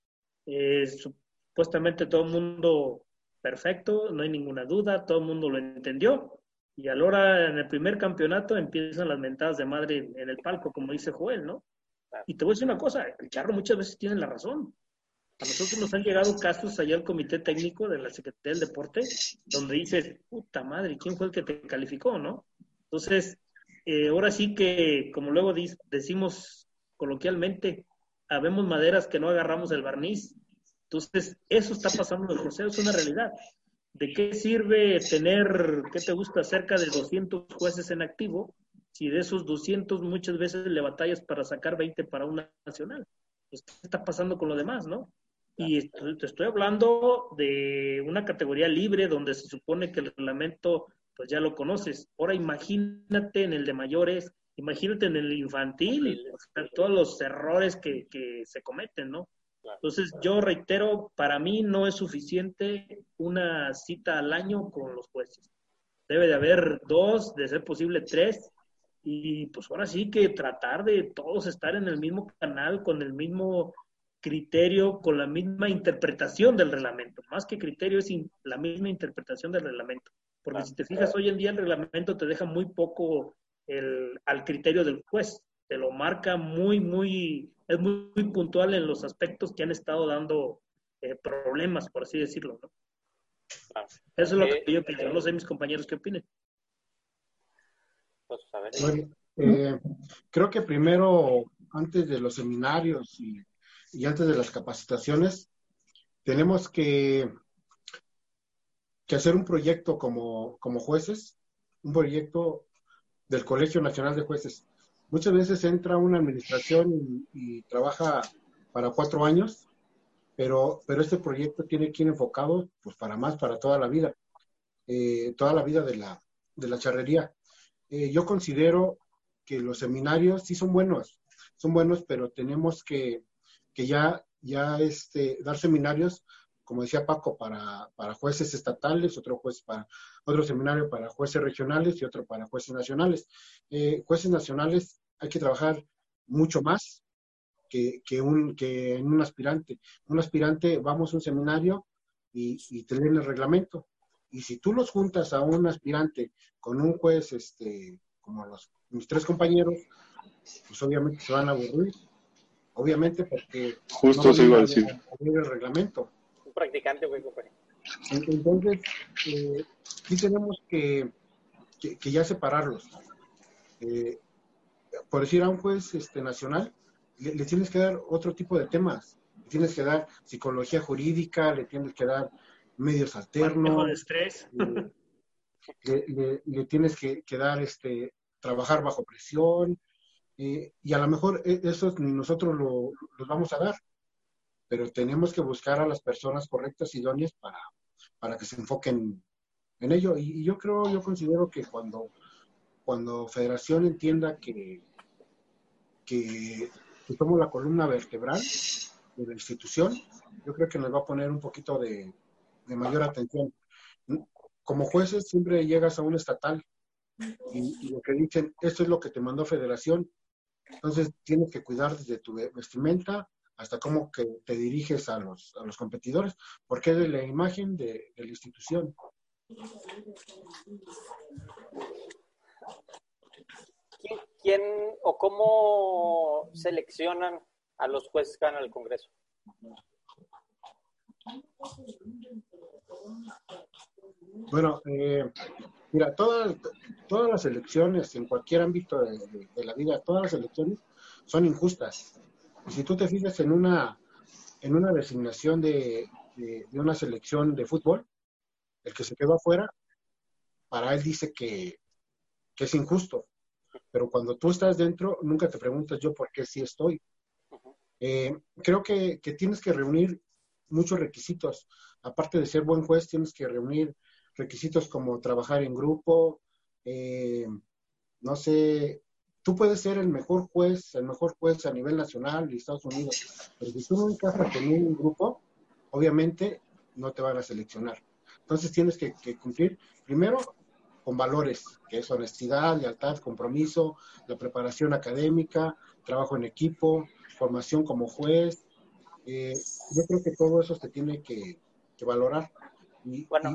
supuestamente todo el mundo perfecto, no hay ninguna duda, todo el mundo lo entendió, y a la hora en el primer campeonato empiezan las mentadas de madre en el palco, como dice Joel, ¿no? Y te voy a decir una cosa, el charro muchas veces tiene la razón. A nosotros nos han llegado casos allá al comité técnico de la Secretaría del Deporte, donde dices, puta madre, ¿quién fue el que te calificó, no? Entonces, ahora sí que, como luego decimos coloquialmente, habemos maderas que no agarramos el barniz. Entonces, eso está pasando en el proceso, es una realidad. ¿De qué sirve tener, qué te gusta, cerca de 200 jueces en activo, si de esos 200 muchas veces le batallas para sacar 20 para una nacional? Pues, ¿qué está pasando con lo demás, no? Y te estoy hablando de una categoría libre donde se supone que el reglamento, pues ya lo conoces. Ahora imagínate en el de mayores, imagínate en el infantil, o sea, todos los errores que se cometen, ¿no? Entonces yo reitero, para mí no es suficiente una cita al año con los jueces. Debe de haber 2, de ser posible 3, y pues ahora sí que tratar de todos estar en el mismo canal, con el mismo criterio, con la misma interpretación del reglamento. Más que criterio, es la misma interpretación del reglamento. Porque si te fijas, hoy en día el reglamento te deja muy poco al criterio del juez. Te lo marca es muy puntual en los aspectos que han estado dando problemas, por así decirlo, ¿no? Eso es lo que yo pienso. No sé mis compañeros qué opinen. Pues, a ver. Bueno, creo que primero, antes de los seminarios y antes de las capacitaciones, tenemos que hacer un proyecto como jueces, un proyecto del Colegio Nacional de Jueces. Muchas veces entra una administración y trabaja para 4 años, pero este proyecto tiene que ir enfocado pues para más, para toda la vida de la charrería. Yo considero que los seminarios sí son buenos, pero tenemos que ya dar seminarios, como decía Paco, para jueces estatales, otro seminario para jueces regionales y otro para jueces nacionales. Jueces nacionales hay que trabajar mucho más que en un aspirante. Un aspirante, vamos a un seminario y te leen el reglamento. Y si tú los juntas a un aspirante con un juez, como mis 3 compañeros, pues obviamente se van a aburrir. Obviamente porque justo no se iba a van decir. a leer el reglamento. Un practicante, güey, compadre. Entonces, sí tenemos que ya separarlos. Por decir, a un juez nacional, le tienes que dar otro tipo de temas. Le tienes que dar psicología jurídica, le tienes que dar medios alternos. Manejo de estrés. Le tienes que dar trabajar bajo presión. Y a lo mejor eso ni nosotros los vamos a dar, pero tenemos que buscar a las personas correctas y idóneas para que se enfoquen en ello. Y yo considero que cuando Federación entienda que somos la columna vertebral de la institución, yo creo que nos va a poner un poquito de mayor atención. Como jueces siempre llegas a un estatal y lo que dicen, esto es lo que te mandó Federación. Entonces tienes que cuidar desde tu vestimenta hasta cómo que te diriges a los competidores, porque es de la imagen de la institución. ¿Quién o cómo seleccionan a los jueces que van al Congreso? Bueno, mira, todas las elecciones en cualquier ámbito de la vida, todas las elecciones son injustas. Y si tú te fijas en una designación de una selección de fútbol, el que se quedó afuera, para él dice que es injusto. Pero cuando tú estás dentro, nunca te preguntas yo por qué sí estoy. Creo que tienes que reunir muchos requisitos. Aparte de ser buen juez, tienes que reunir requisitos como trabajar en grupo, no sé, tú puedes ser el mejor juez a nivel nacional de Estados Unidos, pero si tú no encajas en un grupo, obviamente no te van a seleccionar. Entonces tienes que cumplir primero con valores, que es honestidad, lealtad, compromiso, la preparación académica, trabajo en equipo, formación como juez. Yo creo que todo eso se tiene que valorar. Bueno,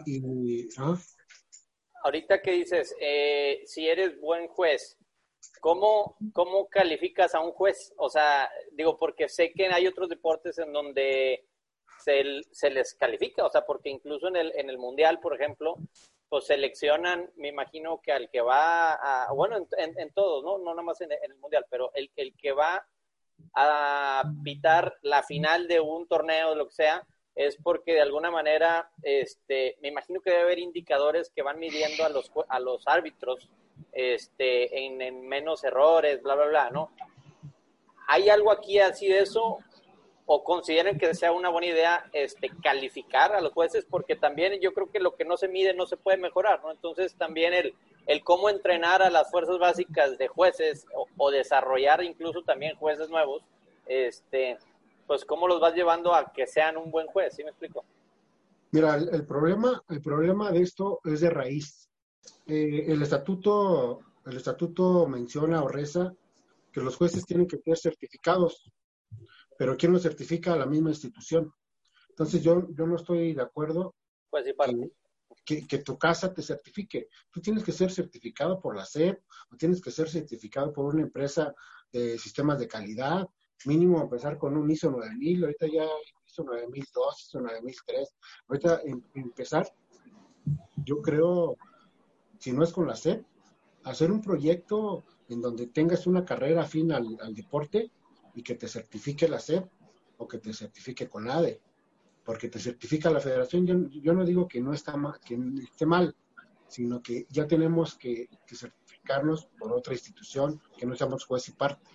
ahorita que dices, si eres buen juez, ¿cómo calificas a un juez? O sea, digo, porque sé que hay otros deportes en donde se les califica, o sea, porque incluso en el Mundial, por ejemplo, pues seleccionan, me imagino que al que va bueno, en todos, ¿no? No nada más en el Mundial, pero el que va a pitar la final de un torneo, de lo que sea, es porque de alguna manera, me imagino que debe haber indicadores que van midiendo a los árbitros, en menos errores, bla, bla, bla, ¿no? ¿Hay algo aquí así de eso? ¿O consideren que sea una buena idea calificar a los jueces? Porque también yo creo que lo que no se mide no se puede mejorar, ¿no? Entonces también el cómo entrenar a las fuerzas básicas de jueces o desarrollar incluso también jueces nuevos, pues cómo los vas llevando a que sean un buen juez, ¿sí me explico? Mira, el problema de esto es de raíz. El estatuto menciona o reza que los jueces tienen que ser certificados, pero ¿quién los certifica? La misma institución. Entonces yo no estoy de acuerdo pues sí, que tu casa te certifique. Tú tienes que ser certificado por la SEP o tienes que ser certificado por una empresa de sistemas de calidad, mínimo empezar con un ISO 9000, ahorita ya ISO 9002, ISO 9003. Ahorita empezar, yo creo, si no es con la SEP, hacer un proyecto en donde tengas una carrera afín al deporte y que te certifique la SEP o que te certifique CONADE, porque te certifica la federación. Yo no digo que no está mal, que esté mal, sino que ya tenemos que certificarnos por otra institución, que no seamos juez y parte.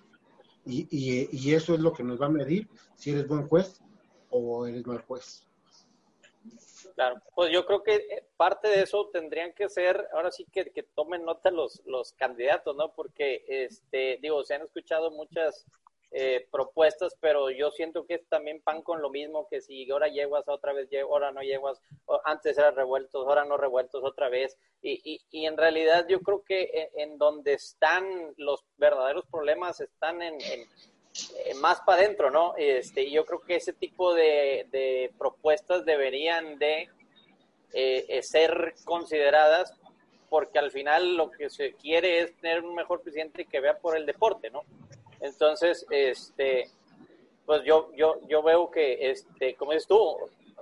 Y eso es lo que nos va a medir si eres buen juez o eres mal juez. Claro, pues yo creo que parte de eso tendrían que ser, ahora sí que tomen nota los candidatos, ¿no? Porque, digo, se han escuchado muchas propuestas, pero yo siento que es también pan con lo mismo, que si ahora yeguas, otra vez yeguas, ahora no yeguas, antes eran revueltos, ahora no revueltos, otra vez. Y en realidad yo creo que en donde están los verdaderos problemas están en más para adentro, ¿no? Y yo creo que ese tipo de propuestas deberían de ser consideradas, porque al final lo que se quiere es tener un mejor presidente que vea por el deporte, ¿no? Entonces, pues yo veo que, como dices tú,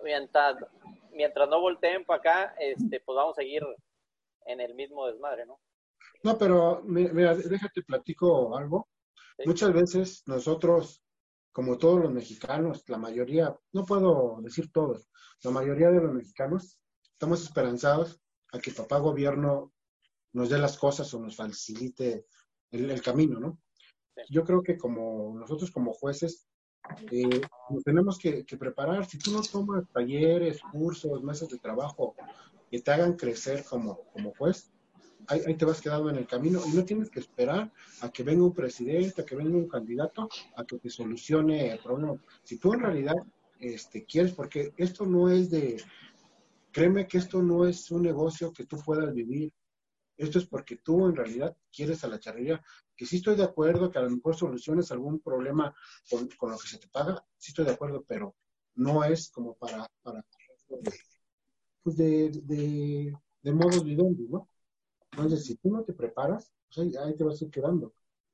mientras no volteen para acá, pues vamos a seguir en el mismo desmadre, ¿no? No, pero mira, déjate platico algo. Sí. Muchas veces nosotros, como todos los mexicanos, la mayoría, no puedo decir todos, la mayoría de los mexicanos, estamos esperanzados a que papá gobierno nos dé las cosas o nos facilite el camino, ¿no? Sí. Yo creo que como nosotros como jueces nos tenemos que preparar. Si tú no tomas talleres, cursos, mesas de trabajo que te hagan crecer como juez, ahí te vas quedando en el camino y no tienes que esperar a que venga un presidente, a que venga un candidato, a que te solucione el problema. Si tú en realidad quieres, porque esto no es créeme que esto no es un negocio que tú puedas vivir. Esto es porque tú en realidad quieres a la charrería, que sí estoy de acuerdo que a lo mejor soluciones algún problema con lo que se te paga, sí estoy de acuerdo, pero no es como para pues de modos vivendi, ¿no? Entonces, si tú no te preparas, pues ahí te vas a ir quedando.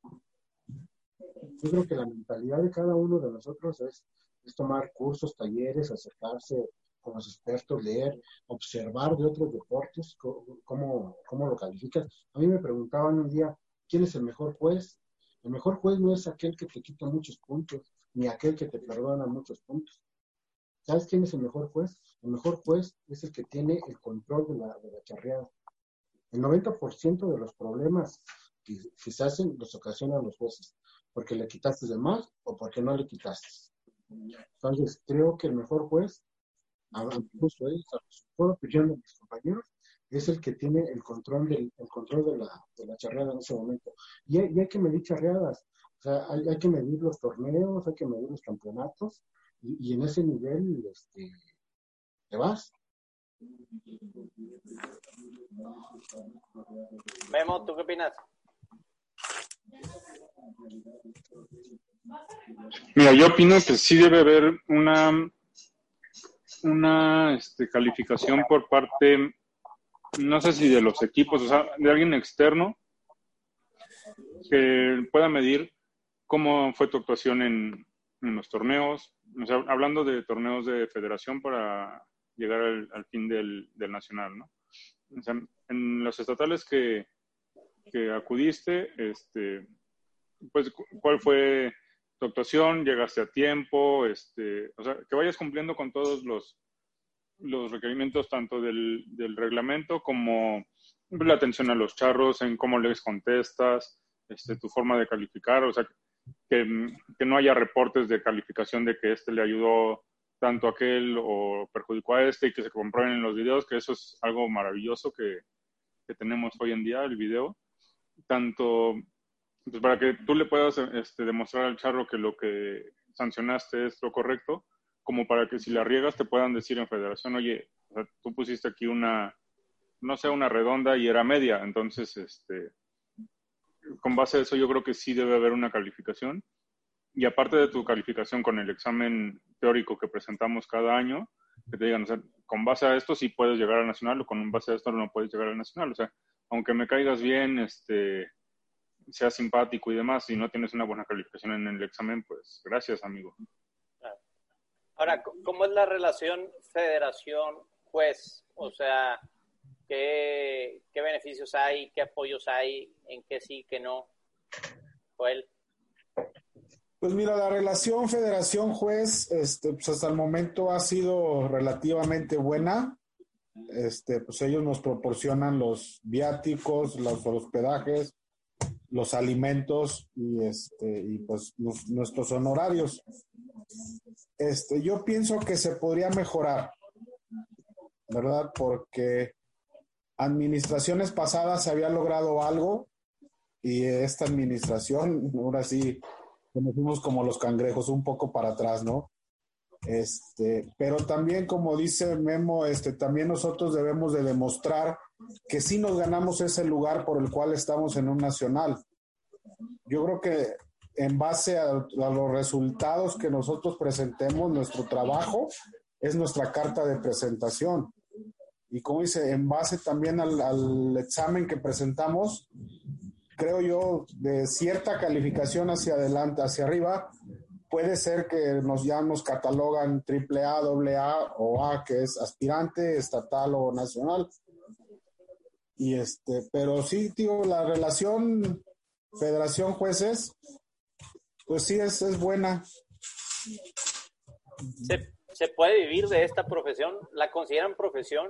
Yo creo que la mentalidad de cada uno de nosotros es tomar cursos, talleres, acercarse con los expertos, leer, observar de otros deportes, cómo lo califican. A mí me preguntaban un día, ¿quién es el mejor juez? El mejor juez no es aquel que te quita muchos puntos, ni aquel que te perdona muchos puntos. ¿Sabes quién es el mejor juez? El mejor juez es el que tiene el control de la charreada. El 90% de los problemas que se hacen los ocasionan los jueces, porque le quitaste de más o porque no le quitaste. Entonces, creo que el mejor juez, justo es, a la opinión de mis compañeros, es el que tiene el control de la charreada en ese momento. Y hay que medir charreadas, o sea, hay que medir los torneos, hay que medir los campeonatos, y en ese nivel te vas. Memo, ¿tú qué opinas? Mira, yo opino que sí debe haber una calificación por parte, no sé si de los equipos, o sea, de alguien externo que pueda medir cómo fue tu actuación en los torneos, o sea, hablando de torneos de federación para llegar al fin del nacional, ¿no? O sea, en los estatales que acudiste, pues, ¿cuál fue tu actuación? ¿Llegaste a tiempo? O sea, que vayas cumpliendo con todos los requerimientos tanto del reglamento como la atención a los charros, en cómo les contestas, tu forma de calificar, o sea, que no haya reportes de calificación de que le ayudó tanto a aquel o perjudicó a y que se comprueben en los videos, que eso es algo maravilloso que tenemos hoy en día, el video, tanto pues, para que tú le puedas demostrar al charro que lo que sancionaste es lo correcto, como para que si la riegas te puedan decir en federación, oye, o sea, tú pusiste aquí una redonda y era media, entonces, con base a eso yo creo que sí debe haber una calificación. Y aparte de tu calificación con el examen teórico que presentamos cada año, que te digan, o sea, con base a esto sí puedes llegar al nacional o con base a esto no puedes llegar al nacional. O sea, aunque me caigas bien, seas simpático y demás, si no tienes una buena calificación en el examen, pues gracias, amigo. Ahora, ¿cómo es la relación federación-juez? O sea, ¿qué beneficios hay? ¿Qué apoyos hay? ¿En qué sí, qué no? Joel. Pues mira, la relación federación-juez, pues hasta el momento ha sido relativamente buena. pues ellos nos proporcionan los viáticos, los hospedajes, los alimentos y pues nuestros honorarios. Yo pienso que se podría mejorar, ¿verdad? Porque administraciones pasadas se había logrado algo y esta administración, ahora sí, nos fuimos como los cangrejos, un poco para atrás, ¿no? Pero también, como dice Memo, también nosotros debemos de demostrar que sí nos ganamos ese lugar por el cual estamos en un nacional. Yo creo que en base a los resultados que nosotros presentemos, nuestro trabajo es nuestra carta de presentación. Y como dice, en base también al examen que presentamos, creo yo, de cierta calificación hacia adelante, hacia arriba, puede ser que ya nos catalogan AAA, AA o A, que es aspirante, estatal o nacional. Pero sí, tío, la relación federación-jueces, pues sí es buena. ¿Se puede vivir de esta profesión? ¿La consideran profesión?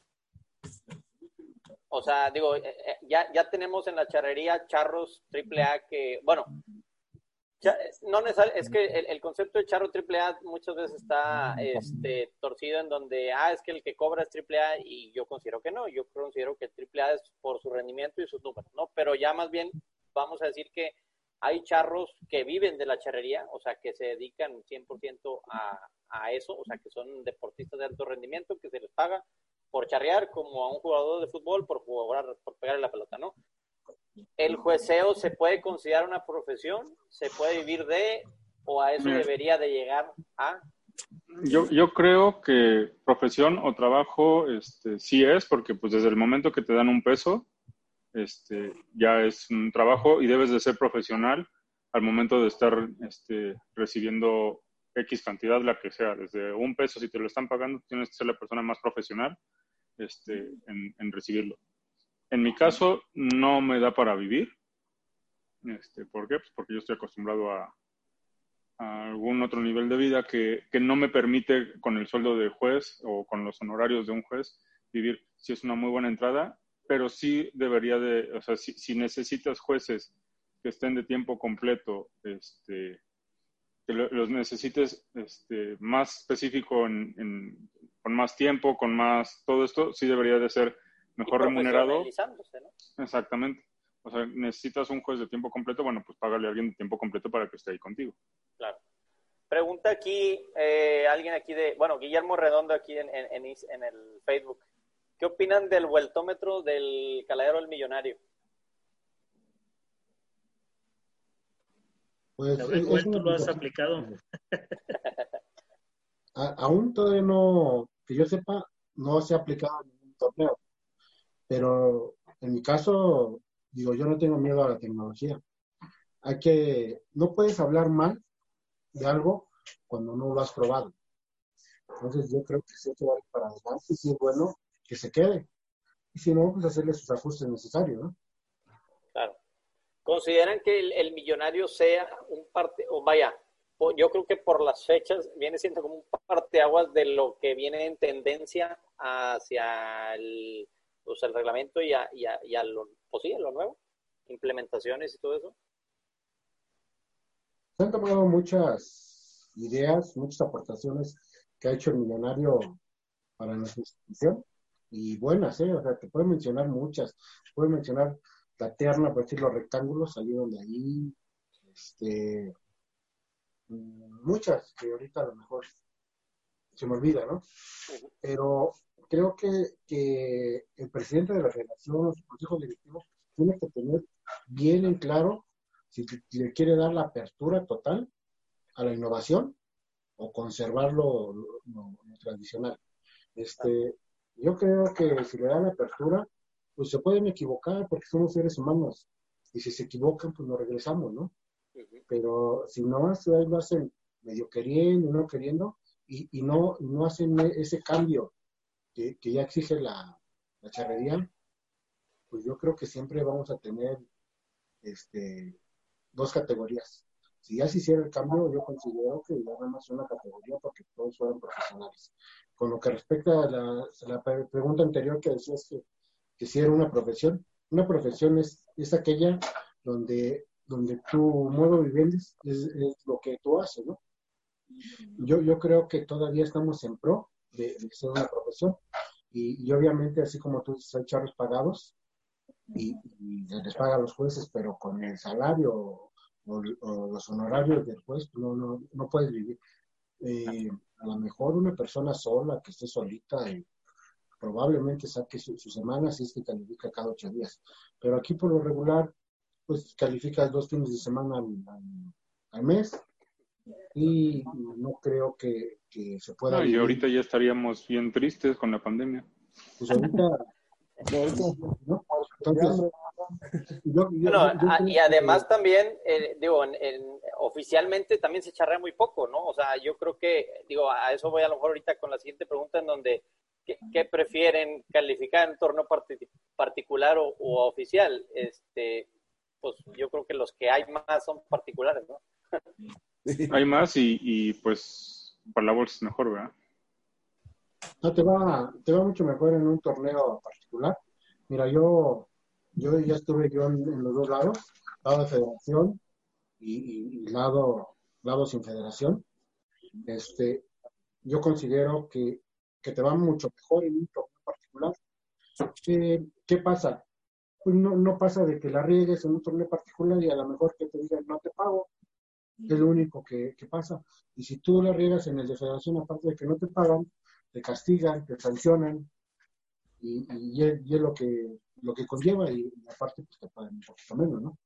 O sea, digo, ya tenemos en la charrería charros AAA que, bueno, no necesariamente, es que el concepto de charro AAA muchas veces está torcido en donde, es que el que cobra es AAA, y yo considero que no, yo considero que el AAA es por su rendimiento y sus números, ¿no? Pero ya más bien vamos a decir que hay charros que viven de la charrería, o sea, que se dedican 100% a eso, o sea, que son deportistas de alto rendimiento, que se les paga por charrear como a un jugador de fútbol por pegarle la pelota, ¿no? ¿El jueceo se puede considerar una profesión? ¿Se puede vivir de, o a eso debería de llegar a? Yo creo que profesión o trabajo sí es, porque pues desde el momento que te dan un peso, ya es un trabajo y debes de ser profesional al momento de estar recibiendo X cantidad, la que sea. Desde un peso, si te lo están pagando, tienes que ser la persona más profesional en recibirlo. En mi caso, no me da para vivir. ¿Por qué? Pues porque yo estoy acostumbrado a algún otro nivel de vida que no me permite con el sueldo de juez o con los honorarios de un juez vivir. Sí es una muy buena entrada, pero sí debería de, o sea, si necesitas jueces que estén de tiempo completo, que los necesites más específico con más tiempo, con más todo esto, sí debería de ser mejor remunerado. ¿No? Exactamente. O sea, necesitas un juez de tiempo completo, bueno, pues págale a alguien de tiempo completo para que esté ahí contigo. Claro. Pregunta aquí, alguien aquí Guillermo Redondo aquí en el Facebook. ¿Qué opinan del vueltómetro del Caladero del Millonario? Pues ¿tú lo has aplicado? Aún todavía no, que yo sepa, no se ha aplicado en ningún torneo. Pero en mi caso, digo, yo no tengo miedo a la tecnología. No puedes hablar mal de algo cuando no lo has probado. Entonces yo creo que si hay que dar para adelante, y si es bueno, que se quede. Y si no, pues hacerle sus ajustes necesarios, ¿no? Claro. ¿Consideran que el Millonario sea un yo creo que por las fechas viene siendo como un parteaguas de lo que viene en tendencia hacia el reglamento y a lo nuevo, implementaciones y todo eso? Se han tomado muchas ideas, muchas aportaciones que ha hecho el Millonario para nuestra institución, y buenas, o sea, te puedo mencionar muchas. Puedo mencionar la terna, por decir, los rectángulos salieron de ahí, muchas que ahorita a lo mejor se me olvida, ¿no? Pero creo que el presidente de la federación, su consejo directivo, tiene que tener bien en claro si le quiere dar la apertura total a la innovación o conservar lo tradicional. Yo creo que si le dan la apertura, pues se pueden equivocar porque somos seres humanos, y si se equivocan, pues nos regresamos, ¿no? Pero si no, lo hacen medio queriendo, no queriendo, y no hacen ese cambio que ya exige la charrería, pues yo creo que siempre vamos a tener dos categorías. Si ya se hiciera el cambio, yo considero que ya nada más una categoría porque todos fueron profesionales. Con lo que respecta a la pregunta anterior que decías que si era una profesión es aquella donde tu modo viviente es lo que tú haces, ¿no? Yo creo que todavía estamos en pro de ser una profesión y obviamente así como tú dices, hay charros pagados y se les paga a los jueces, pero con el salario o los honorarios del juez no puedes vivir. A lo mejor una persona sola que esté solita probablemente saque su semana si es que califica cada 8 días, pero aquí por lo regular pues calificas 2 fines de semana al mes y no creo que se pueda y vivir. ahorita ya estaríamos bien tristes con la pandemia. Pues ahorita ¿no? Entonces, y además también, oficialmente también se charrea muy poco, ¿no? O sea, yo creo que, a eso voy a lo mejor ahorita con la siguiente pregunta en donde, ¿qué prefieren calificar en un torneo particular o oficial? Pues yo creo que los que hay más son particulares, ¿no? Hay más y pues para la bolsa es mejor, ¿verdad? No, te va mucho mejor en un torneo particular. Mira, yo ya estuve en los dos lados, lado de federación y lado sin federación. Yo considero que te va mucho mejor en un torneo particular. ¿Qué pasa? Pues no pasa de que la riegues en un torneo particular y a lo mejor que te digan no te pago. Es lo único que pasa. Y si tú la riegas en el de federación, aparte de que no te pagan, te castigan, te sancionan y es lo que conlleva y aparte pues te pagan un poquito menos, ¿no?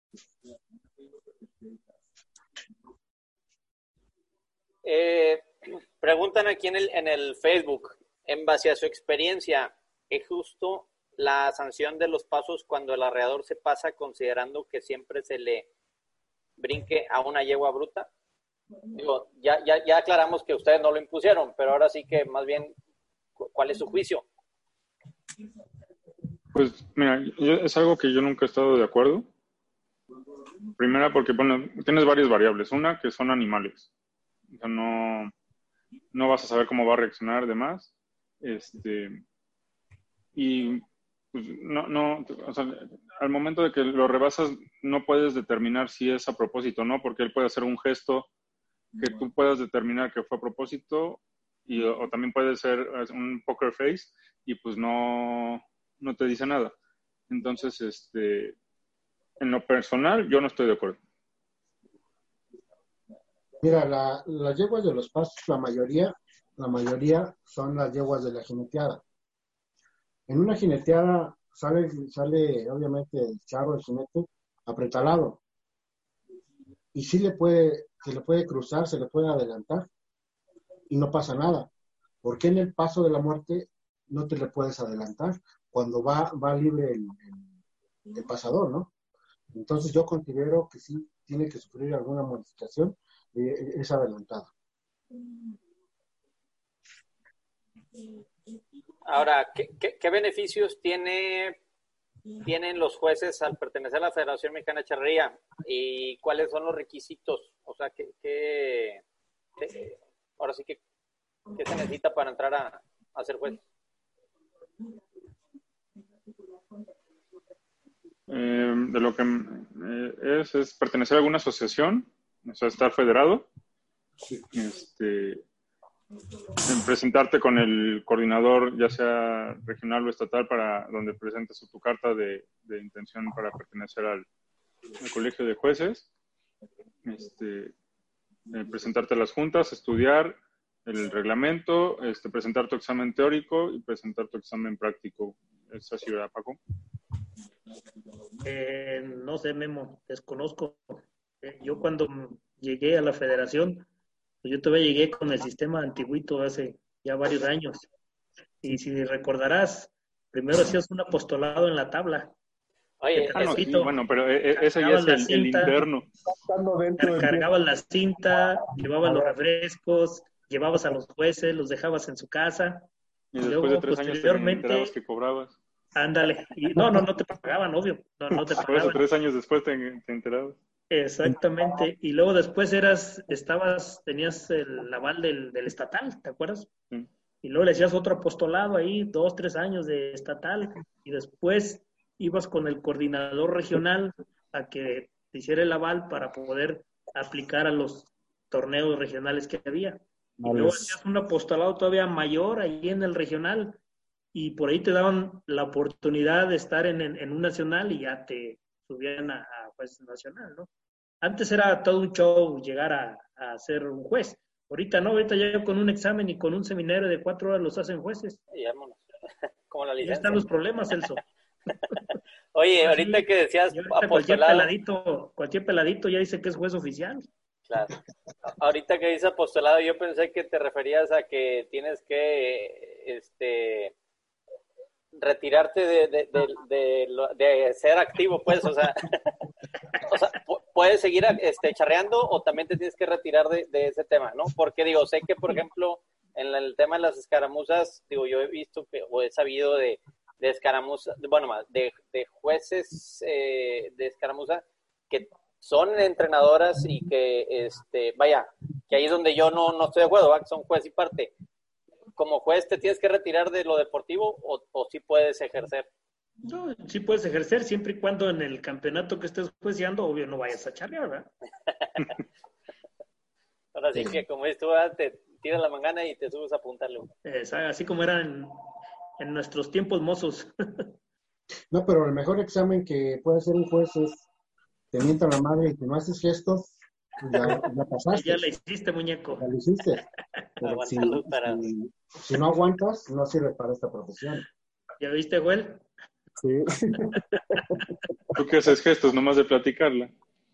Preguntan aquí en el Facebook, en base a su experiencia, ¿es justo la sanción de los pasos cuando el arreador se pasa considerando que siempre se le brinque a una yegua bruta? Ya aclaramos que ustedes no lo impusieron, pero ahora sí que más bien, ¿cuál es su juicio? Pues mira, es algo que yo nunca he estado de acuerdo. Primera porque, bueno, tienes varias variables. Una, que son animales. O sea, no vas a saber cómo va a reaccionar, demás. Y pues, o sea, al momento de que lo rebasas, no puedes determinar si es a propósito o no, porque él puede hacer un gesto que tú puedas determinar que fue a propósito, o también puede ser un poker face, y pues no te dice nada. Entonces, en lo personal, yo no estoy de acuerdo. Mira, las yeguas de los pasos, la mayoría son las yeguas de la jineteada. En una jineteada sale obviamente el charro, el jinete, apretalado. Y sí se le puede cruzar, se le puede adelantar y no pasa nada. ¿Por qué en el paso de la muerte no te le puedes adelantar cuando va libre el pasador, ¿no? Entonces yo considero que sí tiene que sufrir alguna modificación, es adelantado. Ahora, ¿qué beneficios tienen los jueces al pertenecer a la Federación Mexicana de Charrería? ¿Y cuáles son los requisitos? O sea, ahora sí que, ¿qué se necesita para entrar a ser juez? De lo que es pertenecer a alguna asociación, o sea, estar federado, presentarte con el coordinador, ya sea regional o estatal, para donde presentes tu carta de intención para pertenecer al colegio de jueces, presentarte a las juntas, estudiar el reglamento, presentar tu examen teórico y presentar tu examen práctico. ¿Es así, verdad, Paco? No sé, Memo, desconozco. Yo cuando llegué a la federación, yo todavía llegué con el sistema antiguito hace ya varios años. Y si recordarás, primero hacías un apostolado en la tabla. Oye, sí, bueno, pero ese ya es el interno. Cargabas la cinta, llevabas los refrescos, llevabas a los jueces, los dejabas en su casa. Y después de 3 años te enterabas que cobrabas. Ándale. No te pagaban, obvio. No te pagaban. Por eso 3 años después te enterabas. Exactamente. Y luego después tenías el aval del estatal, ¿te acuerdas? Sí. Y luego le hacías otro apostolado ahí, 2, 3 años de estatal, y después ibas con el coordinador regional a que te hiciera el aval para poder aplicar a los torneos regionales que había. Y Vale. luego hacías un apostolado todavía mayor ahí en el regional, y por ahí te daban la oportunidad de estar en un nacional y ya te subían a juez nacional, ¿no? Antes era todo un show llegar a ser un juez. Ahorita no, ahorita ya con un examen y con un seminario de 4 horas los hacen jueces. Y vámonos. Como la Ya licencia. están los problemas, Celso. Oye, Ahora ahorita sí, que decías y ahorita cualquier peladito ya dice que es juez oficial. claro. Ahorita que dices apostolado, yo pensé que te referías a que tienes que retirarte de ser activo, pues, o sea, puedes seguir charreando o también te tienes que retirar de ese tema, ¿no? Porque digo, sé que, por ejemplo, en el tema de las escaramuzas, digo, yo he visto o he sabido de escaramuzas, bueno, más, de jueces de escaramuza que son entrenadoras y que, vaya, que ahí es donde yo no estoy de acuerdo, ¿va? Que son juez y parte. Como juez, ¿te tienes que retirar de lo deportivo o sí puedes ejercer? No, sí puedes ejercer siempre y cuando en el campeonato que estés jueceando, obvio, no vayas a charrear, ¿verdad? Ahora sí que, como dices tú, te tiras la mangana y te subes a apuntarle. Así como era en nuestros tiempos mozos. No, pero el mejor examen que puede hacer un juez es te mientan la madre y que no haces gestos, pues ya pasaste. Ya la hiciste, muñeco. Ya lo hiciste. Pero si no aguantas, no sirve para esta profesión. ¿Ya viste, Joel? Sí. ¿Tú qué haces gestos nomás de platicarla?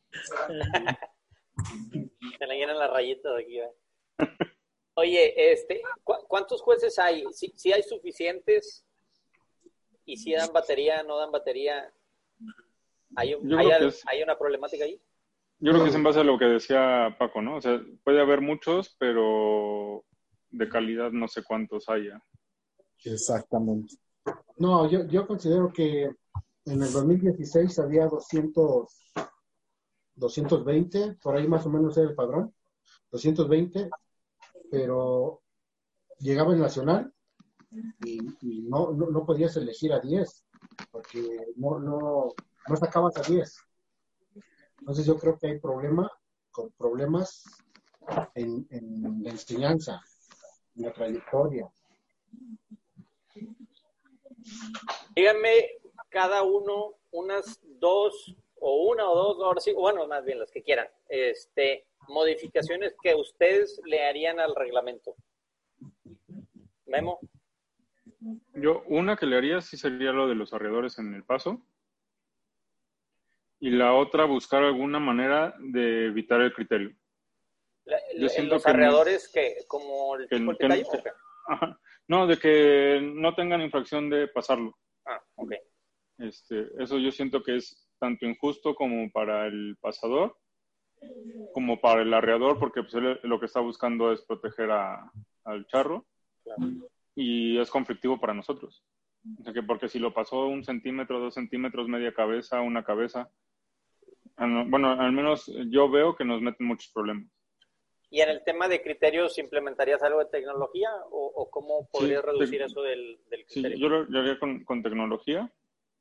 Se le llenan las rayitas de aquí, ¿verdad? Oye, ¿cuántos jueces hay? ¿Sí hay suficientes? ¿Y si dan batería, no dan batería? ¿Hay una problemática ahí? Yo creo que es en base a lo que decía Paco, ¿no? O sea, puede haber muchos, pero de calidad no sé cuántos haya. Exactamente. No, yo considero que en el 2016 había 220, por ahí más o menos era el padrón, 220, pero llegaba el nacional y no podías elegir a 10, porque no sacabas a 10. Entonces yo creo que hay problemas en la enseñanza, en la trayectoria. Díganme cada uno unas una o dos, ahora sí, bueno, más bien las que quieran, modificaciones que ustedes le harían al reglamento. Memo. Yo, una que le haría sí sería lo de los arreadores en el paso. Y la otra, buscar alguna manera de evitar el criterio. Yo siento los arreadores que como el tipo el picayo, ¿o qué? No, de que no tengan infracción de pasarlo. Ah, ok. Eso yo siento que es tanto injusto como para el pasador, como para el arreador, porque pues, él lo que está buscando es proteger al charro. Claro. Y es conflictivo para nosotros. O sea que porque si lo pasó 1 centímetro, 2 centímetros, media cabeza, una cabeza, bueno, al menos yo veo que nos meten muchos problemas. ¿Y en el tema de criterios implementarías algo de tecnología o cómo podrías reducir eso del criterio? Sí, yo lo haría con tecnología.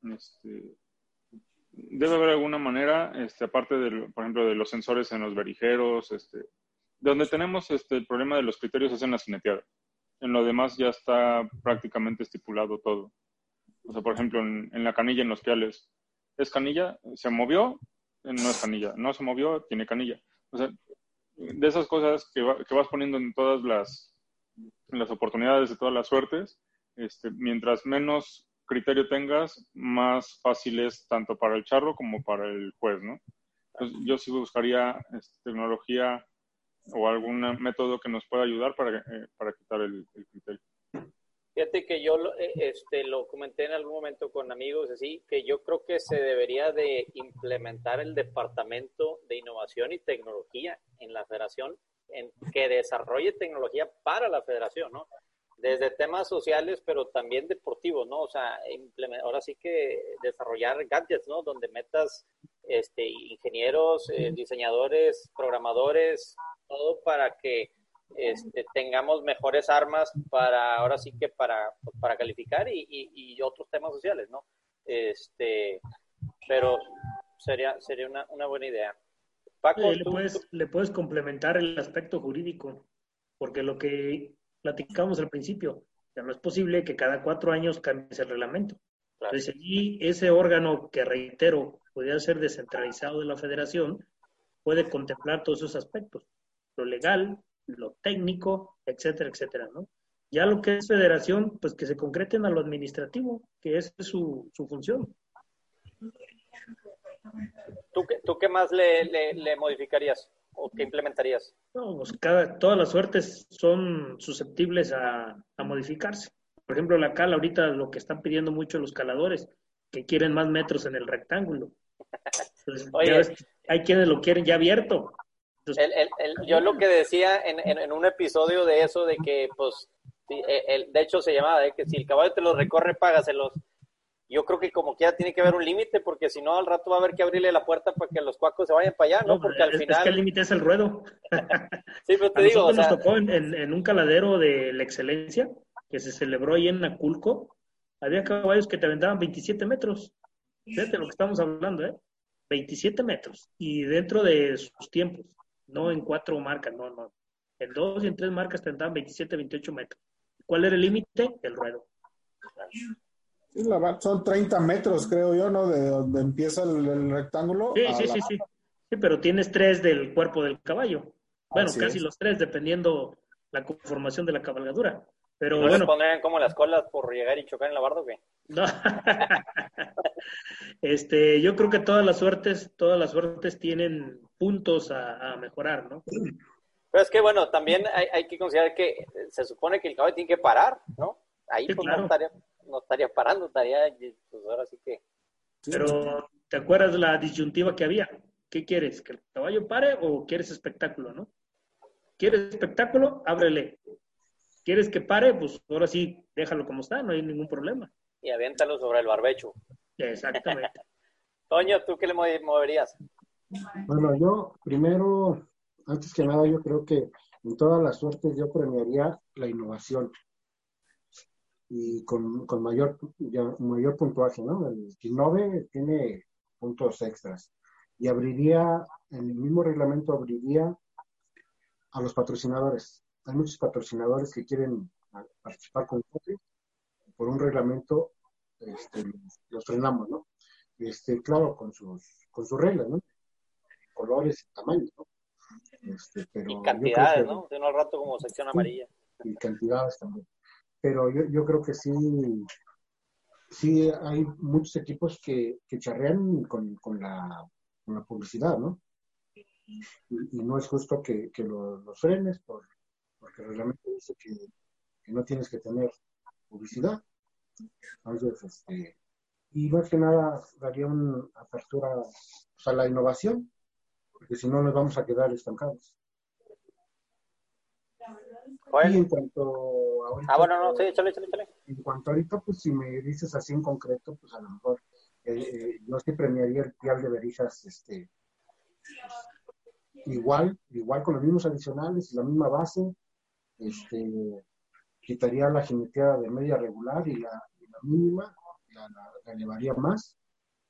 Debe haber alguna manera, aparte por ejemplo, de los sensores en los verijeros, donde tenemos el problema de los criterios es en la cineteada. En lo demás ya está prácticamente estipulado todo. O sea, por ejemplo, en la canilla, en los piales, ¿es canilla? ¿Se movió? No es canilla. ¿No se movió? Tiene canilla. O sea, de esas cosas que vas poniendo en todas las oportunidades, de todas las suertes, mientras menos criterio tengas, más fácil es tanto para el charro como para el juez, ¿no? Entonces, yo sí buscaría tecnología o algún método que nos pueda ayudar para quitar el criterio. Fíjate que yo lo comenté en algún momento con amigos, así, que yo creo que se debería de implementar el Departamento de Innovación y Tecnología en la Federación, que desarrolle tecnología para la Federación, ¿no? Desde temas sociales, pero también deportivos, ¿no? O sea, ahora sí que desarrollar gadgets, ¿no? Donde metas ingenieros, diseñadores, programadores, todo para que tengamos mejores armas para, ahora sí que para calificar y otros temas sociales, ¿no? Pero sería una buena idea. Paco, le puedes complementar el aspecto jurídico, porque lo que platicamos al principio, ya no es posible que cada 4 años cambies el reglamento. claro. Entonces, allí ese órgano que, reitero, pudiera ser descentralizado de la federación, puede contemplar todos esos aspectos, lo legal, lo técnico, etcétera, etcétera, ¿no? Ya lo que es federación, pues que se concreten a lo administrativo, que es su función. ¿Tú qué más le modificarías o qué implementarías? No, pues todas las suertes son susceptibles a modificarse. Por ejemplo, la cala, ahorita lo que están pidiendo mucho los caladores, que quieren más metros en el rectángulo. Entonces, Oye, ya ves, hay quienes lo quieren ya abierto. Entonces, yo lo que decía en un episodio de eso, de que, pues, de hecho se llamaba, de que si el caballo te los recorre, págaselos. Yo creo que como quiera tiene que haber un límite, porque si no, al rato va a haber que abrirle la puerta para que los cuacos se vayan para allá, ¿no? Porque al final... Es que el límite es el ruedo. Sí, pero te A digo, nosotros o sea... nos tocó en un caladero de la excelencia, que se celebró ahí en Aculco, había caballos que te aventaban 27 metros. Fíjate lo que estamos hablando, 27 metros. Y dentro de sus tiempos, no en 4 marcas, no. En 2 y en 3 marcas te aventaban 27, 28 metros. ¿Cuál era el límite? El ruedo. Sí, son 30 metros, creo yo, ¿no? De donde empieza el rectángulo. Sí. Sí, pero tienes 3 del cuerpo del caballo. Bueno, Así casi es. los 3, dependiendo la conformación de la cabalgadura. Pero ¿No bueno, les pondrían como las colas por llegar y chocar en la barda o qué? no. Yo creo que todas las suertes tienen puntos a mejorar, ¿no? Pero es que, bueno, también hay que considerar que se supone que el caballo tiene que parar, ¿no? Ahí Sí, pues claro. no estaría parando, estaría, pues ahora sí que... Pero, ¿te acuerdas de la disyuntiva que había? ¿Qué quieres? ¿Que el caballo pare o quieres espectáculo, no? ¿Quieres espectáculo? Ábrele. ¿Quieres que pare? Pues ahora sí, déjalo como está, no hay ningún problema. Y aviéntalo sobre el barbecho. Exactamente. Toño, ¿tú qué le moverías? Bueno, yo primero, antes que nada, yo creo que en todas las suertes yo premiaría la innovación y con mayor puntuaje, ¿no? El que innove tiene puntos extras. Y abriría, en el mismo reglamento abriría a los patrocinadores. Hay muchos patrocinadores que quieren participar con nosotros. Por un reglamento los frenamos, ¿no? Claro, con sus reglas, ¿no? Colores y tamaños, ¿no? Pero Y cantidades, ¿no? De un rato como sección amarilla. Y cantidades también. Pero yo creo que sí hay muchos equipos que charrean con la publicidad, ¿no? Y no es justo que los frenes porque el reglamento dice que no tienes que tener publicidad. Entonces, y más que nada daría una apertura a la innovación, porque si no nos vamos a quedar estancados. Bueno. Y en cuanto ahorita, bueno, no, sí, échale. En cuanto ahorita, pues si me dices así en concreto, pues a lo mejor yo sí premiaría el pial de Berijas, igual con los mismos adicionales y la misma base, quitaría la jineteada de media regular y la mínima, la elevaría más.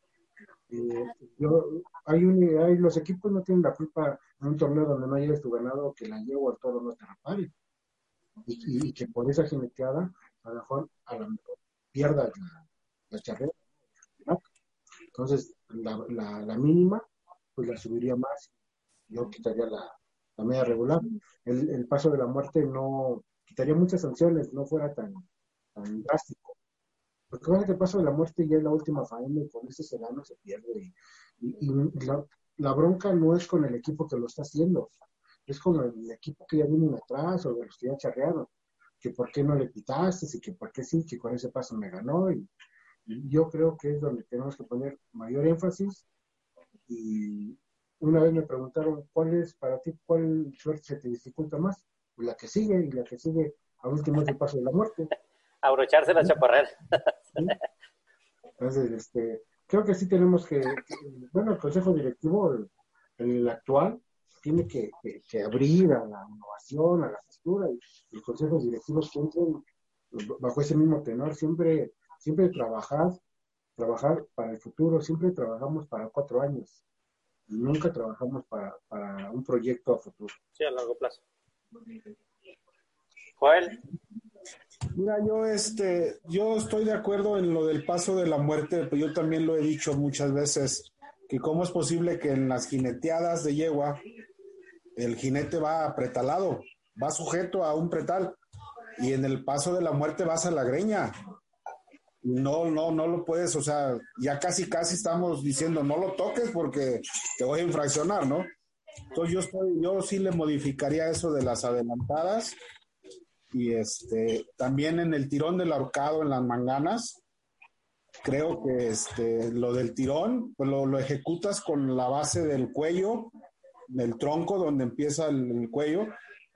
Los equipos no tienen la culpa en un torneo donde no lleves tu ganado que la llevo al toro no te repare. Y que por esa jineteada a lo mejor pierdas la charrera. ¿No? Entonces, la mínima, pues la subiría más. Yo quitaría la media regular. El paso de la muerte no quitaría muchas sanciones, no fuera tan drástico. Porque pasa que el paso de la muerte ya es la última faena y con ese serano se pierde. Y la bronca no es con el equipo que lo está haciendo, es con el equipo que ya vienen atrás o de los que ya charrearon. Que por qué no le quitaste, y que por qué sí, que con ese paso me ganó. Y yo creo que es donde tenemos que poner mayor énfasis. Y una vez me preguntaron, ¿cuál suerte se te dificulta más? Pues la que sigue, y la que sigue a último es el paso de la muerte. Abrocharse la chaparrera. ¿Sí? Entonces, creo que sí tenemos bueno, el consejo directivo, el actual, tiene que abrir a la innovación, a la postura, y los consejos directivos que entren bajo ese mismo tenor, siempre trabajar para el futuro, siempre trabajamos para 4 años, nunca trabajamos para un proyecto a futuro. Sí, a largo plazo. Joel. Mira, yo estoy de acuerdo en lo del paso de la muerte, pero yo también lo he dicho muchas veces, que cómo es posible que en las jineteadas de yegua el jinete va apretalado, va sujeto a un pretal, y en el paso de la muerte vas a la greña. No lo puedes, o sea, ya casi estamos diciendo, no lo toques porque te voy a infraccionar, ¿no? Entonces yo sí le modificaría eso de las adelantadas, y también en el tirón del ahorcado en las manganas, creo que lo del tirón, pues lo ejecutas con la base del cuello, del tronco donde empieza el cuello.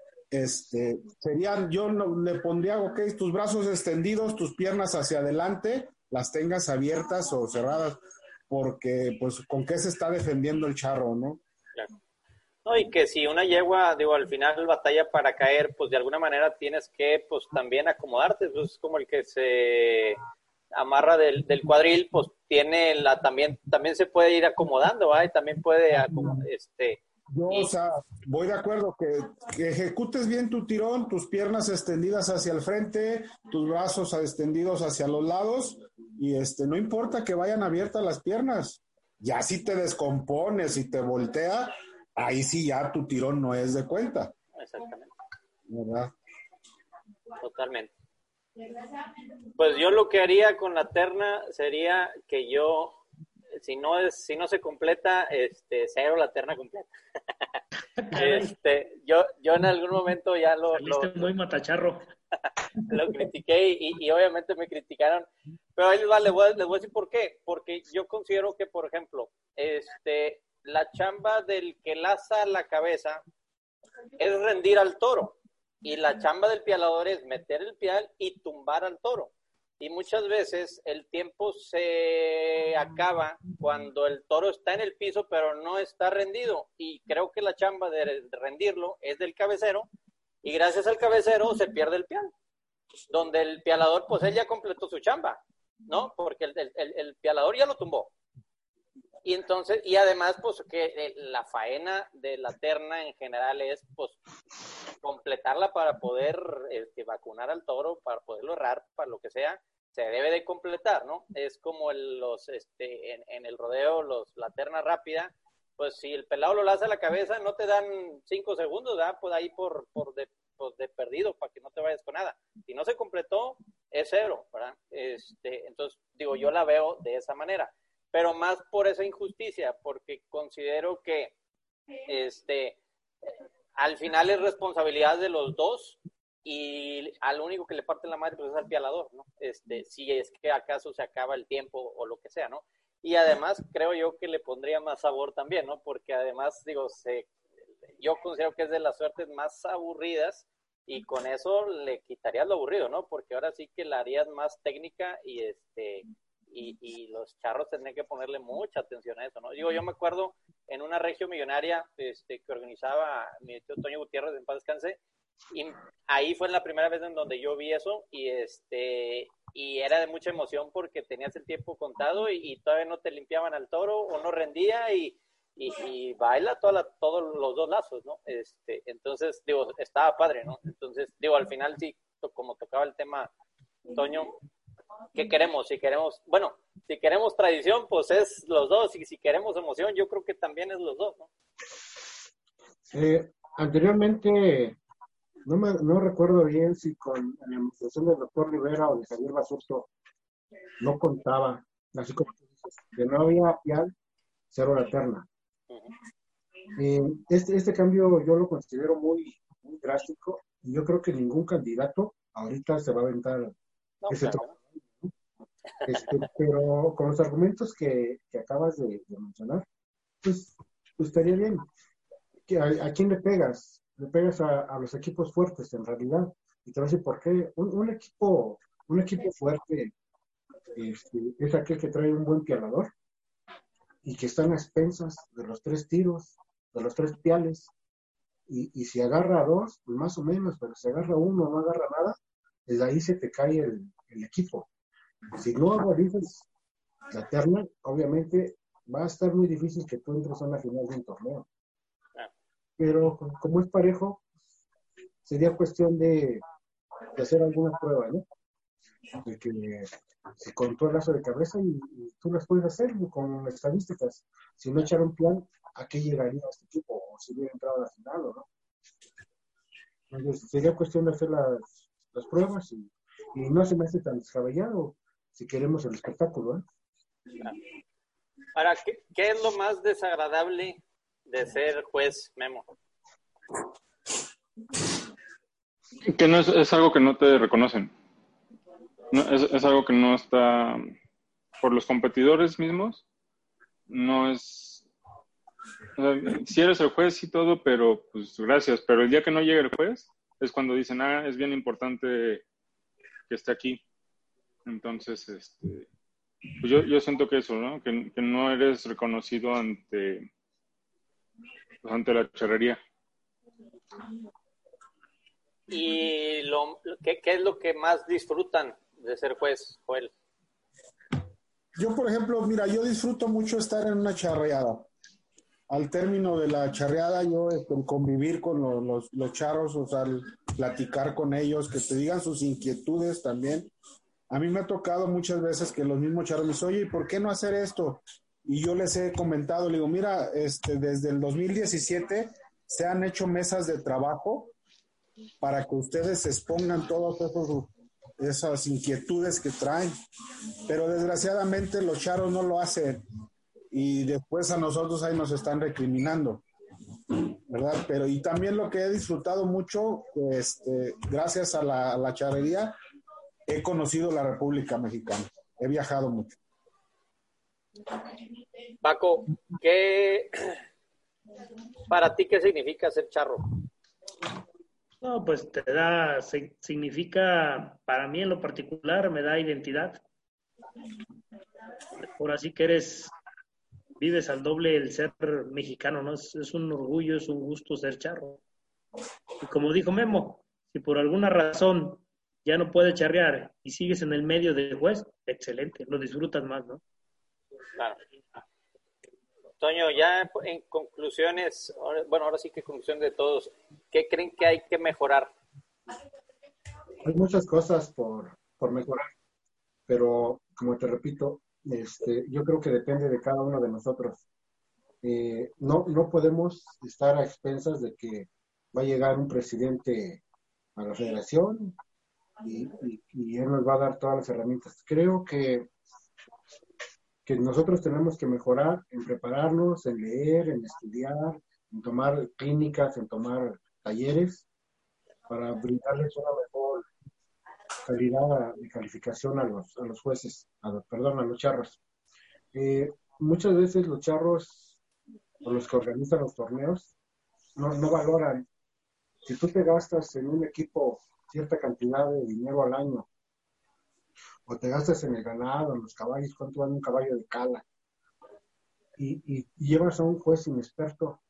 Le pondría, ok, tus brazos extendidos, tus piernas hacia adelante, las tengas abiertas o cerradas, porque pues con qué se está defendiendo el charro, ¿no? Claro. No, y que si una yegua, digo, al final batalla para caer, pues de alguna manera tienes que, pues también acomodarte, pues como el que se amarra del cuadril, pues tiene también se puede ir acomodando, ¿va? Y también puede, o sea, voy de acuerdo que ejecutes bien tu tirón, tus piernas extendidas hacia el frente, tus brazos extendidos hacia los lados, y no importa que vayan abiertas las piernas. Ya si te descompones y te voltea, ahí sí ya tu tirón no es de cuenta. Exactamente. ¿Verdad? Totalmente. Pues yo lo que haría con la terna sería que yo, si no se completa, cero la terna completa. Yo en algún momento ya Saliste muy matacharro. lo critiqué y obviamente me criticaron, pero ahí les voy a decir por qué, porque yo considero que, por ejemplo, la chamba del que laza la cabeza es rendir al toro, y la chamba del pialador es meter el pial y tumbar al toro. Y muchas veces el tiempo se acaba cuando el toro está en el piso, pero no está rendido. Y creo que la chamba de rendirlo es del cabecero, y gracias al cabecero se pierde el pial. Donde el pialador, pues él ya completó su chamba, ¿no? Porque el pialador ya lo tumbó. Y entonces, y además, pues que la faena de la terna en general es, pues, completarla para poder vacunar al toro, para poderlo errar, para lo que sea, se debe de completar, ¿no? Es como en el rodeo, la terna rápida, pues si el pelado lo laza a la cabeza, no te dan 5 segundos, ¿verdad? Pues ahí por de perdido, para que no te vayas con nada. Si no se completó, es 0, ¿verdad? Entonces, digo, yo la veo de esa manera, pero más por esa injusticia, porque considero que al final es responsabilidad de los dos, y al único que le parte la madre pues es al pialador, ¿no? Si es que acaso se acaba el tiempo o lo que sea, ¿no? Y además creo yo que le pondría más sabor también, ¿no? Porque además, digo, yo considero que es de las suertes más aburridas, y con eso le quitarías lo aburrido, ¿no? Porque ahora sí que la harías más técnica, y los charros tendrían que ponerle mucha atención a eso, ¿no? Digo, yo me acuerdo en una regio millonaria que organizaba mi tío Toño Gutiérrez, en paz descanse, y ahí fue la primera vez en donde yo vi eso, y era de mucha emoción porque tenías el tiempo contado y todavía no te limpiaban al toro o no rendía, y baila todos los dos lazos, ¿no? Entonces, digo, estaba padre, ¿no? Entonces, digo, al final sí, como tocaba el tema Toño, ¿qué queremos? Si queremos tradición, pues es los dos, y si queremos emoción, yo creo que también es los dos, ¿no? Anteriormente, no recuerdo bien si con la administración del doctor Rivera o de Javier Basurto no contaba, así como tú dices, que no había pial, 0 la terna. Este cambio yo lo considero muy, muy drástico, y yo creo que ningún candidato ahorita se va a aventar ese trabajo. Pero con los argumentos que acabas de mencionar, pues estaría bien. ¿A quién le pegas? Le pegas a los equipos fuertes, en realidad. Y te voy a decir por qué. Un equipo fuerte es aquel que trae un buen pialador, y que están a expensas de los 3 tiros, de los 3 piales, y si agarra 2, pues más o menos, pero si agarra 1, no agarra nada, desde ahí se te cae el equipo. Si no realizas la terna, obviamente va a estar muy difícil que tú entres a una final de un torneo. Pero como es parejo, sería cuestión de hacer alguna prueba, ¿no? De que si con tu lazo de cabeza y tú las puedes hacer con estadísticas. Si no echar un plan, ¿a qué llegaría este equipo? O si hubiera entrado a la final o no. Entonces, sería cuestión de hacer las pruebas y no se me hace tan descabellado si queremos el espectáculo, ¿eh? Ahora, ¿qué es lo más desagradable de ser juez, Memo? Que no es algo que no te reconocen. No, es algo que no está por los competidores mismos. No es... O sea, si eres el juez y todo, pero pues gracias. Pero el día que no llegue el juez es cuando dicen, es bien importante que esté aquí. Entonces, pues yo siento que eso, ¿no? Que no eres reconocido ante la charrería. ¿Y qué es lo que más disfrutan de ser juez, Joel? Yo, por ejemplo, mira, yo disfruto mucho estar en una charreada. Al término de la charreada, yo convivir con los charros, o sea, platicar con ellos, que te digan sus inquietudes también. A mí me ha tocado muchas veces que los mismos charros me dicen, oye, ¿y por qué no hacer esto? Y yo les he comentado, le digo, mira, desde el 2017 se han hecho mesas de trabajo para que ustedes expongan todas esas inquietudes que traen, pero desgraciadamente los charros no lo hacen y después a nosotros ahí nos están recriminando, ¿verdad? Pero y también lo que he disfrutado mucho, gracias a la charrería, he conocido la República Mexicana, he viajado mucho. Paco, para ti qué significa ser charro? No, pues significa, para mí en lo particular, me da identidad. Por así que vives al doble el ser mexicano, ¿no? Es un orgullo, es un gusto ser charro. Y como dijo Memo, si por alguna razón ya no puedes charrear y sigues en el medio de juez, excelente, lo disfrutas más, ¿no? Claro. Toño, ya en conclusiones, ahora sí que conclusión de todos, ¿qué creen que hay que mejorar? Hay muchas cosas por mejorar, pero como te repito, yo creo que depende de cada uno de nosotros. No podemos estar a expensas de que va a llegar un presidente a la federación y él nos va a dar todas las herramientas. Creo que nosotros tenemos que mejorar en prepararnos, en leer, en estudiar, en tomar clínicas, en tomar talleres para brindarles una mejor calidad de calificación a los jueces, a los charros. Muchas veces los charros o los que organizan los torneos no valoran. Si tú te gastas en un equipo cierta cantidad de dinero al año, o te gastas en el ganado, en los caballos, cuánto vale un caballo de cala, y llevas a un juez inexperto,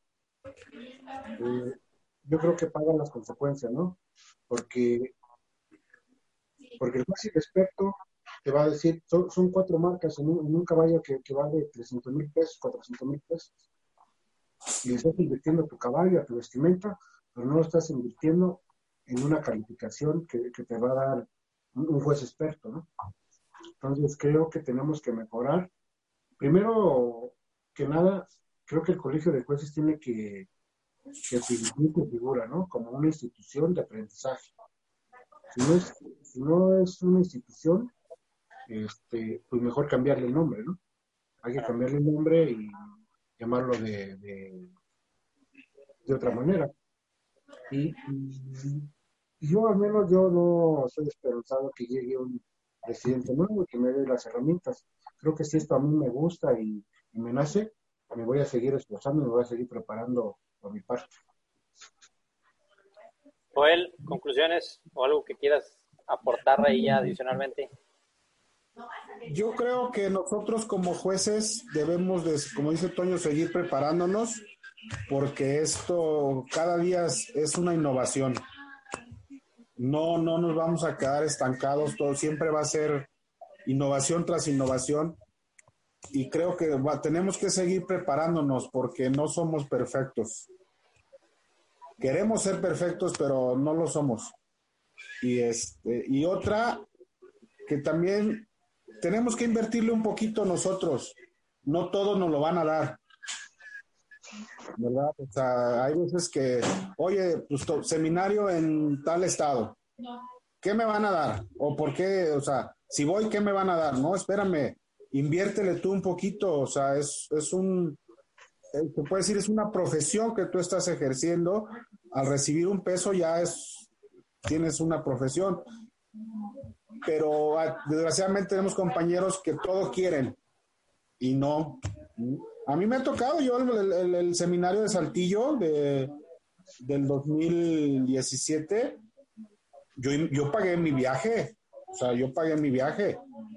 yo creo que pagan las consecuencias, ¿no? Porque el juez inexperto te va a decir, son 4 marcas en un caballo que vale 300,000 pesos, 400,000 pesos, y le estás invirtiendo a tu caballo, a tu vestimenta, pero no lo estás invirtiendo en una calificación que te va a dar un juez experto, ¿no? Entonces creo que tenemos que mejorar. Primero que nada, creo que el colegio de jueces tiene que definir su figura, ¿no? Como una institución de aprendizaje. Si no es una institución, pues mejor cambiarle el nombre, ¿no? Hay que cambiarle el nombre y llamarlo de otra manera. Y yo al menos yo no soy esperanzado que llegue un presidente nuevo y que me dé las herramientas. Creo que si esto a mí me gusta y me nace, me voy a seguir esforzando y me voy a seguir preparando por mi parte. Joel, conclusiones o algo que quieras aportar ahí ya adicionalmente. Yo creo que nosotros como jueces debemos de, como dice Toño, seguir preparándonos porque esto cada día es una innovación. No nos vamos a quedar estancados, todo siempre va a ser innovación tras innovación y creo que tenemos que seguir preparándonos porque no somos perfectos. Queremos ser perfectos, pero no lo somos. Y otra que también tenemos que invertirle un poquito nosotros. No todos nos lo van a dar, ¿verdad? O sea, hay veces que, oye, pues seminario en tal estado, ¿qué me van a dar? ¿O por qué? O sea, si voy, ¿qué me van a dar? No, espérame, inviértele tú un poquito, o sea, se puede decir, es una profesión que tú estás ejerciendo. Al recibir un peso ya tienes una profesión. Pero desgraciadamente tenemos compañeros que todo quieren y no. A mí me ha tocado yo el seminario de Saltillo del 2017. Yo pagué mi viaje, o sea, yo pagué mi viaje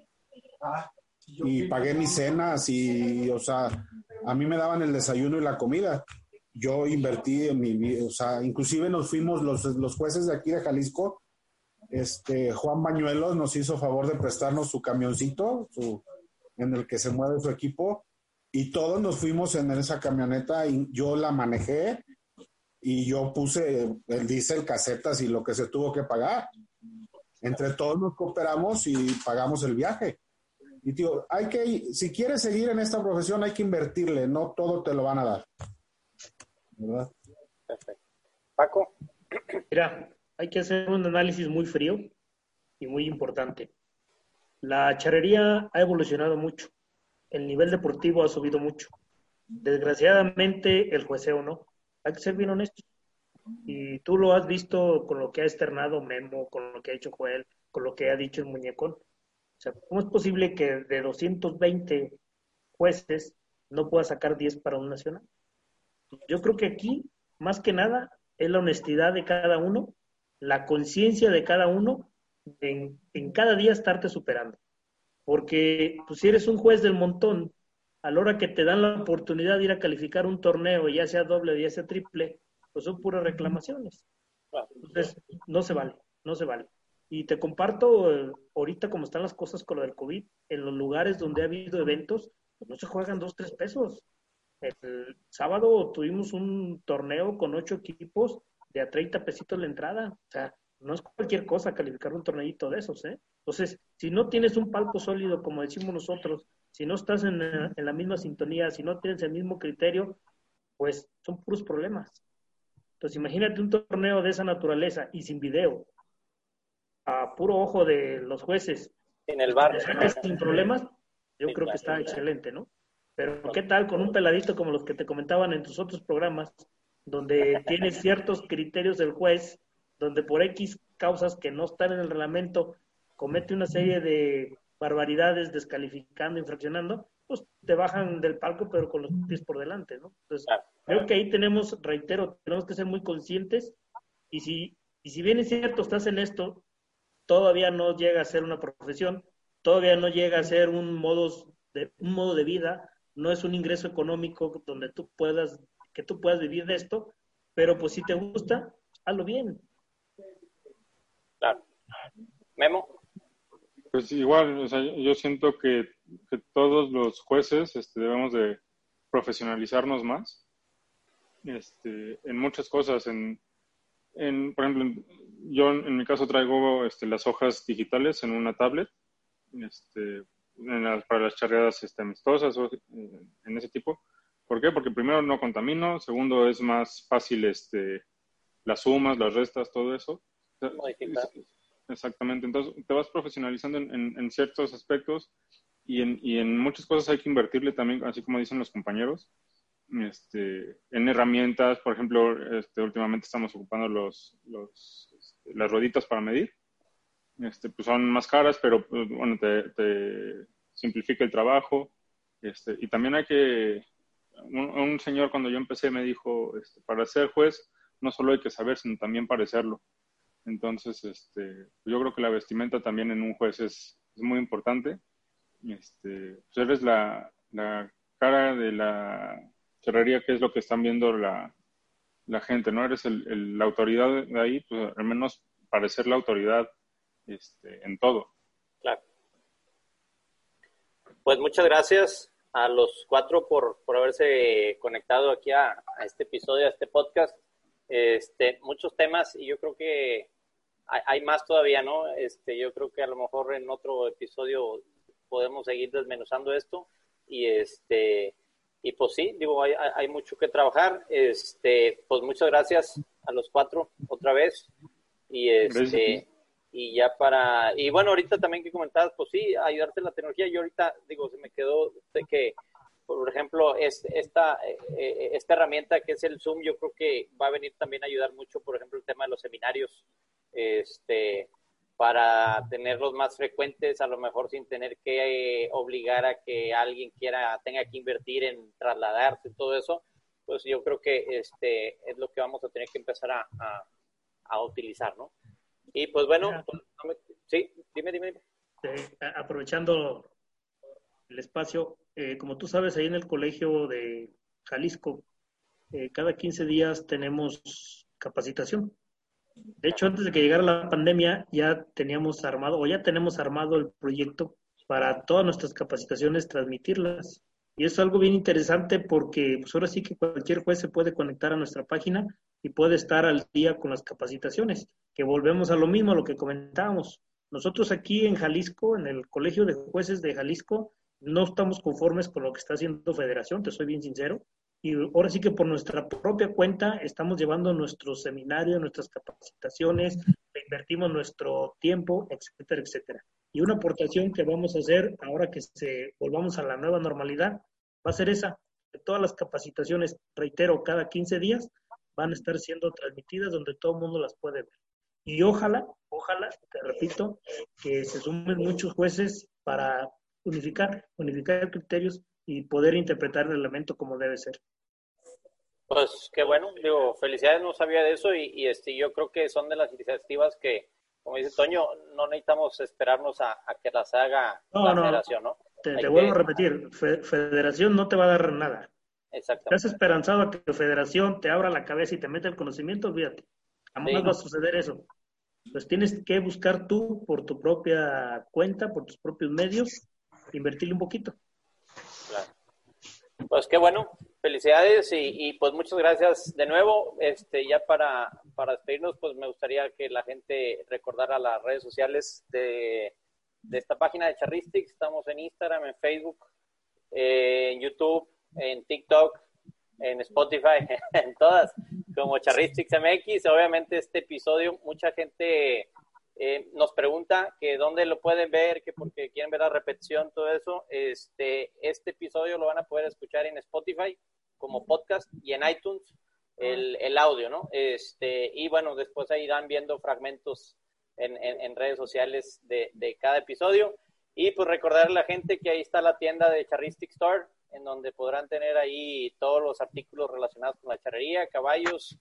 y pagué mis cenas y, o sea, a mí me daban el desayuno y la comida. Yo invertí en o sea, inclusive nos fuimos los jueces de aquí de Jalisco. Juan Bañuelos nos hizo favor de prestarnos su camioncito en el que se mueve su equipo y todos nos fuimos en esa camioneta y yo la manejé y yo puse el diésel, casetas y lo que se tuvo que pagar. Entre todos nos cooperamos y pagamos el viaje. Y tío, si quieres seguir en esta profesión hay que invertirle, no todo te lo van a dar, ¿verdad? Perfecto. Paco. Mira, hay que hacer un análisis muy frío y muy importante. La charrería ha evolucionado mucho. El nivel deportivo ha subido mucho. Desgraciadamente, el jueceo no. Hay que ser bien honestos. Y tú lo has visto con lo que ha externado Memo, con lo que ha hecho Joel, con lo que ha dicho el Muñecón. O sea, ¿cómo es posible que de 220 jueces no pueda sacar 10 para un nacional? Yo creo que aquí, más que nada, es la honestidad de cada uno, la conciencia de cada uno en cada día estarte superando. Porque pues, si eres un juez del montón, a la hora que te dan la oportunidad de ir a calificar un torneo, ya sea doble o ya sea triple, pues son puras reclamaciones. Entonces, no se vale, no se vale. Y te comparto ahorita como están las cosas con lo del COVID, en los lugares donde ha habido eventos, pues no se juegan 2, 3 pesos. El sábado tuvimos un torneo con 8 equipos de a 30 pesitos la entrada. O sea, no es cualquier cosa calificar un torneito de esos, ¿eh? Entonces, si no tienes un palco sólido, como decimos nosotros, si no estás en la misma sintonía, si no tienes el mismo criterio, pues son puros problemas. Entonces, imagínate un torneo de esa naturaleza y sin video, a puro ojo de los jueces, En el bar. sin problemas, yo Sí, creo que claro. está excelente, ¿no? Pero ¿qué tal con un peladito como los que te comentaban en tus otros programas, donde tienes ciertos criterios del juez, donde por X causas que no están en el reglamento comete una serie de barbaridades descalificando, infraccionando, pues te bajan del palco pero con los pies por delante, ¿no? Entonces, creo que ahí tenemos, reitero, tenemos que ser muy conscientes y si bien es cierto, estás en esto, todavía no llega a ser una profesión, todavía no llega a ser un modo de vida, no es un ingreso económico donde que tú puedas vivir de esto, pero pues si te gusta, hazlo bien. Claro. Memo. Pues igual, o sea, yo siento que todos los jueces debemos de profesionalizarnos más en muchas cosas. Por ejemplo, yo en mi caso traigo las hojas digitales en una tablet para las charreadas amistosas o en ese tipo. ¿Por qué? Porque primero no contamino, segundo es más fácil las sumas, las restas, todo eso. Modificar. Exactamente, entonces te vas profesionalizando en ciertos aspectos y en muchas cosas hay que invertirle también, así como dicen los compañeros, en herramientas. Por ejemplo, últimamente estamos ocupando las rueditas para medir, pues son más caras, pero pues, bueno, te simplifica el trabajo, y también hay que, un señor cuando yo empecé me dijo, para ser juez no solo hay que saber, sino también parecerlo. Entonces, yo creo que la vestimenta también en un juez es es muy importante. Pues eres la cara de la charrería, que es lo que están viendo la gente, ¿no? Eres la autoridad de ahí, pues al menos parecer la autoridad en todo. Claro. Pues muchas gracias a los 4 por haberse conectado aquí a este episodio, a este podcast. Muchos temas, y yo creo que hay más todavía, ¿no? Yo creo que a lo mejor en otro episodio podemos seguir desmenuzando esto, y pues sí, digo, hay mucho que trabajar. Pues muchas gracias a los 4 otra vez, y ya y bueno, ahorita también que comentabas, pues sí, ayudarte en la tecnología. Yo ahorita, digo, se me quedó de que, por ejemplo, esta herramienta que es el Zoom, yo creo que va a venir también a ayudar mucho, por ejemplo, el tema de los seminarios, para tenerlos más frecuentes, a lo mejor sin tener que obligar a que alguien tenga que invertir en trasladarse, todo eso. Pues yo creo que es lo que vamos a tener que empezar a utilizar, ¿no? Y pues bueno, sí, dime. Aprovechando el espacio, como tú sabes, ahí en el colegio de Jalisco, cada 15 días tenemos capacitación. De hecho, antes de que llegara la pandemia, ya tenemos armado el proyecto para todas nuestras capacitaciones, transmitirlas. Y es algo bien interesante porque pues ahora sí que cualquier juez se puede conectar a nuestra página y puede estar al día con las capacitaciones, que volvemos a lo mismo, a lo que comentábamos. Nosotros aquí en Jalisco, en el Colegio de Jueces de Jalisco, no estamos conformes con lo que está haciendo Federación, te soy bien sincero. Y ahora sí que por nuestra propia cuenta estamos llevando nuestros seminarios, nuestras capacitaciones, invertimos nuestro tiempo, etcétera, etcétera. Y una aportación que vamos a hacer ahora que volvamos a la nueva normalidad va a ser esa. Todas las capacitaciones, reitero, cada 15 días van a estar siendo transmitidas donde todo el mundo las puede ver. Y ojalá, te repito, que se sumen muchos jueces para unificar criterios y poder interpretar el reglamento como debe ser. Pues qué bueno, digo, felicidades, no sabía de eso, y yo creo que son de las iniciativas que, como dice Toño, no necesitamos esperarnos a que las haga la Federación, ¿no? Te vuelvo a repetir, Federación no te va a dar nada. Exactamente. ¿Estás esperanzado a que Federación te abra la cabeza y te meta el conocimiento? Olvídate, jamás va a suceder eso. Pues tienes que buscar tú por tu propia cuenta, por tus propios medios, invertirle un poquito. Claro. Pues qué bueno, felicidades, y pues muchas gracias de nuevo. Ya para despedirnos, pues me gustaría que la gente recordara las redes sociales de esta página de Charristics. Estamos en Instagram, en Facebook, en YouTube, en TikTok, en Spotify, en todas, como Charristics MX. Obviamente este episodio, mucha gente nos pregunta que dónde lo pueden ver, que porque quieren ver la repetición, todo eso. Este episodio lo van a poder escuchar en Spotify como podcast y en iTunes el audio, ¿no? Y bueno, después ahí irán viendo fragmentos en redes sociales de cada episodio. Y pues recordarle a la gente que ahí está la tienda de Charristic Store, en donde podrán tener ahí todos los artículos relacionados con la charrería, caballos,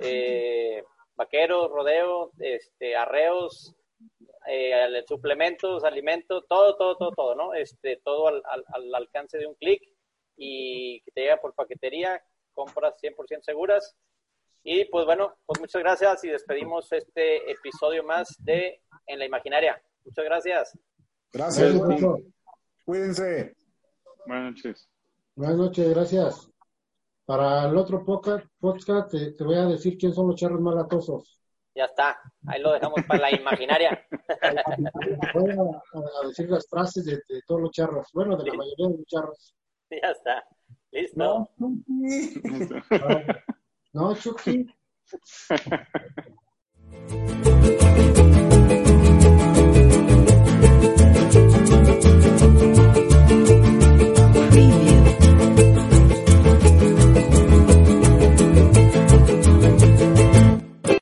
vaqueros, rodeo, arreos, suplementos, alimentos, todo, ¿no? Todo al alcance de un clic, y que te llega por paquetería, compras 100% seguras. Y pues bueno, pues muchas gracias, y despedimos este episodio más de En la Imaginaria. Muchas gracias. Gracias. Cuídense. Buenas noches. Buenas noches, gracias. Para el otro podcast te voy a decir quién son los charros más latosos. Ya está, ahí lo dejamos para la imaginaria. Voy a decir las frases de todos los charros, bueno, de la mayoría de los charros. Ya está, listo. No, Chucky.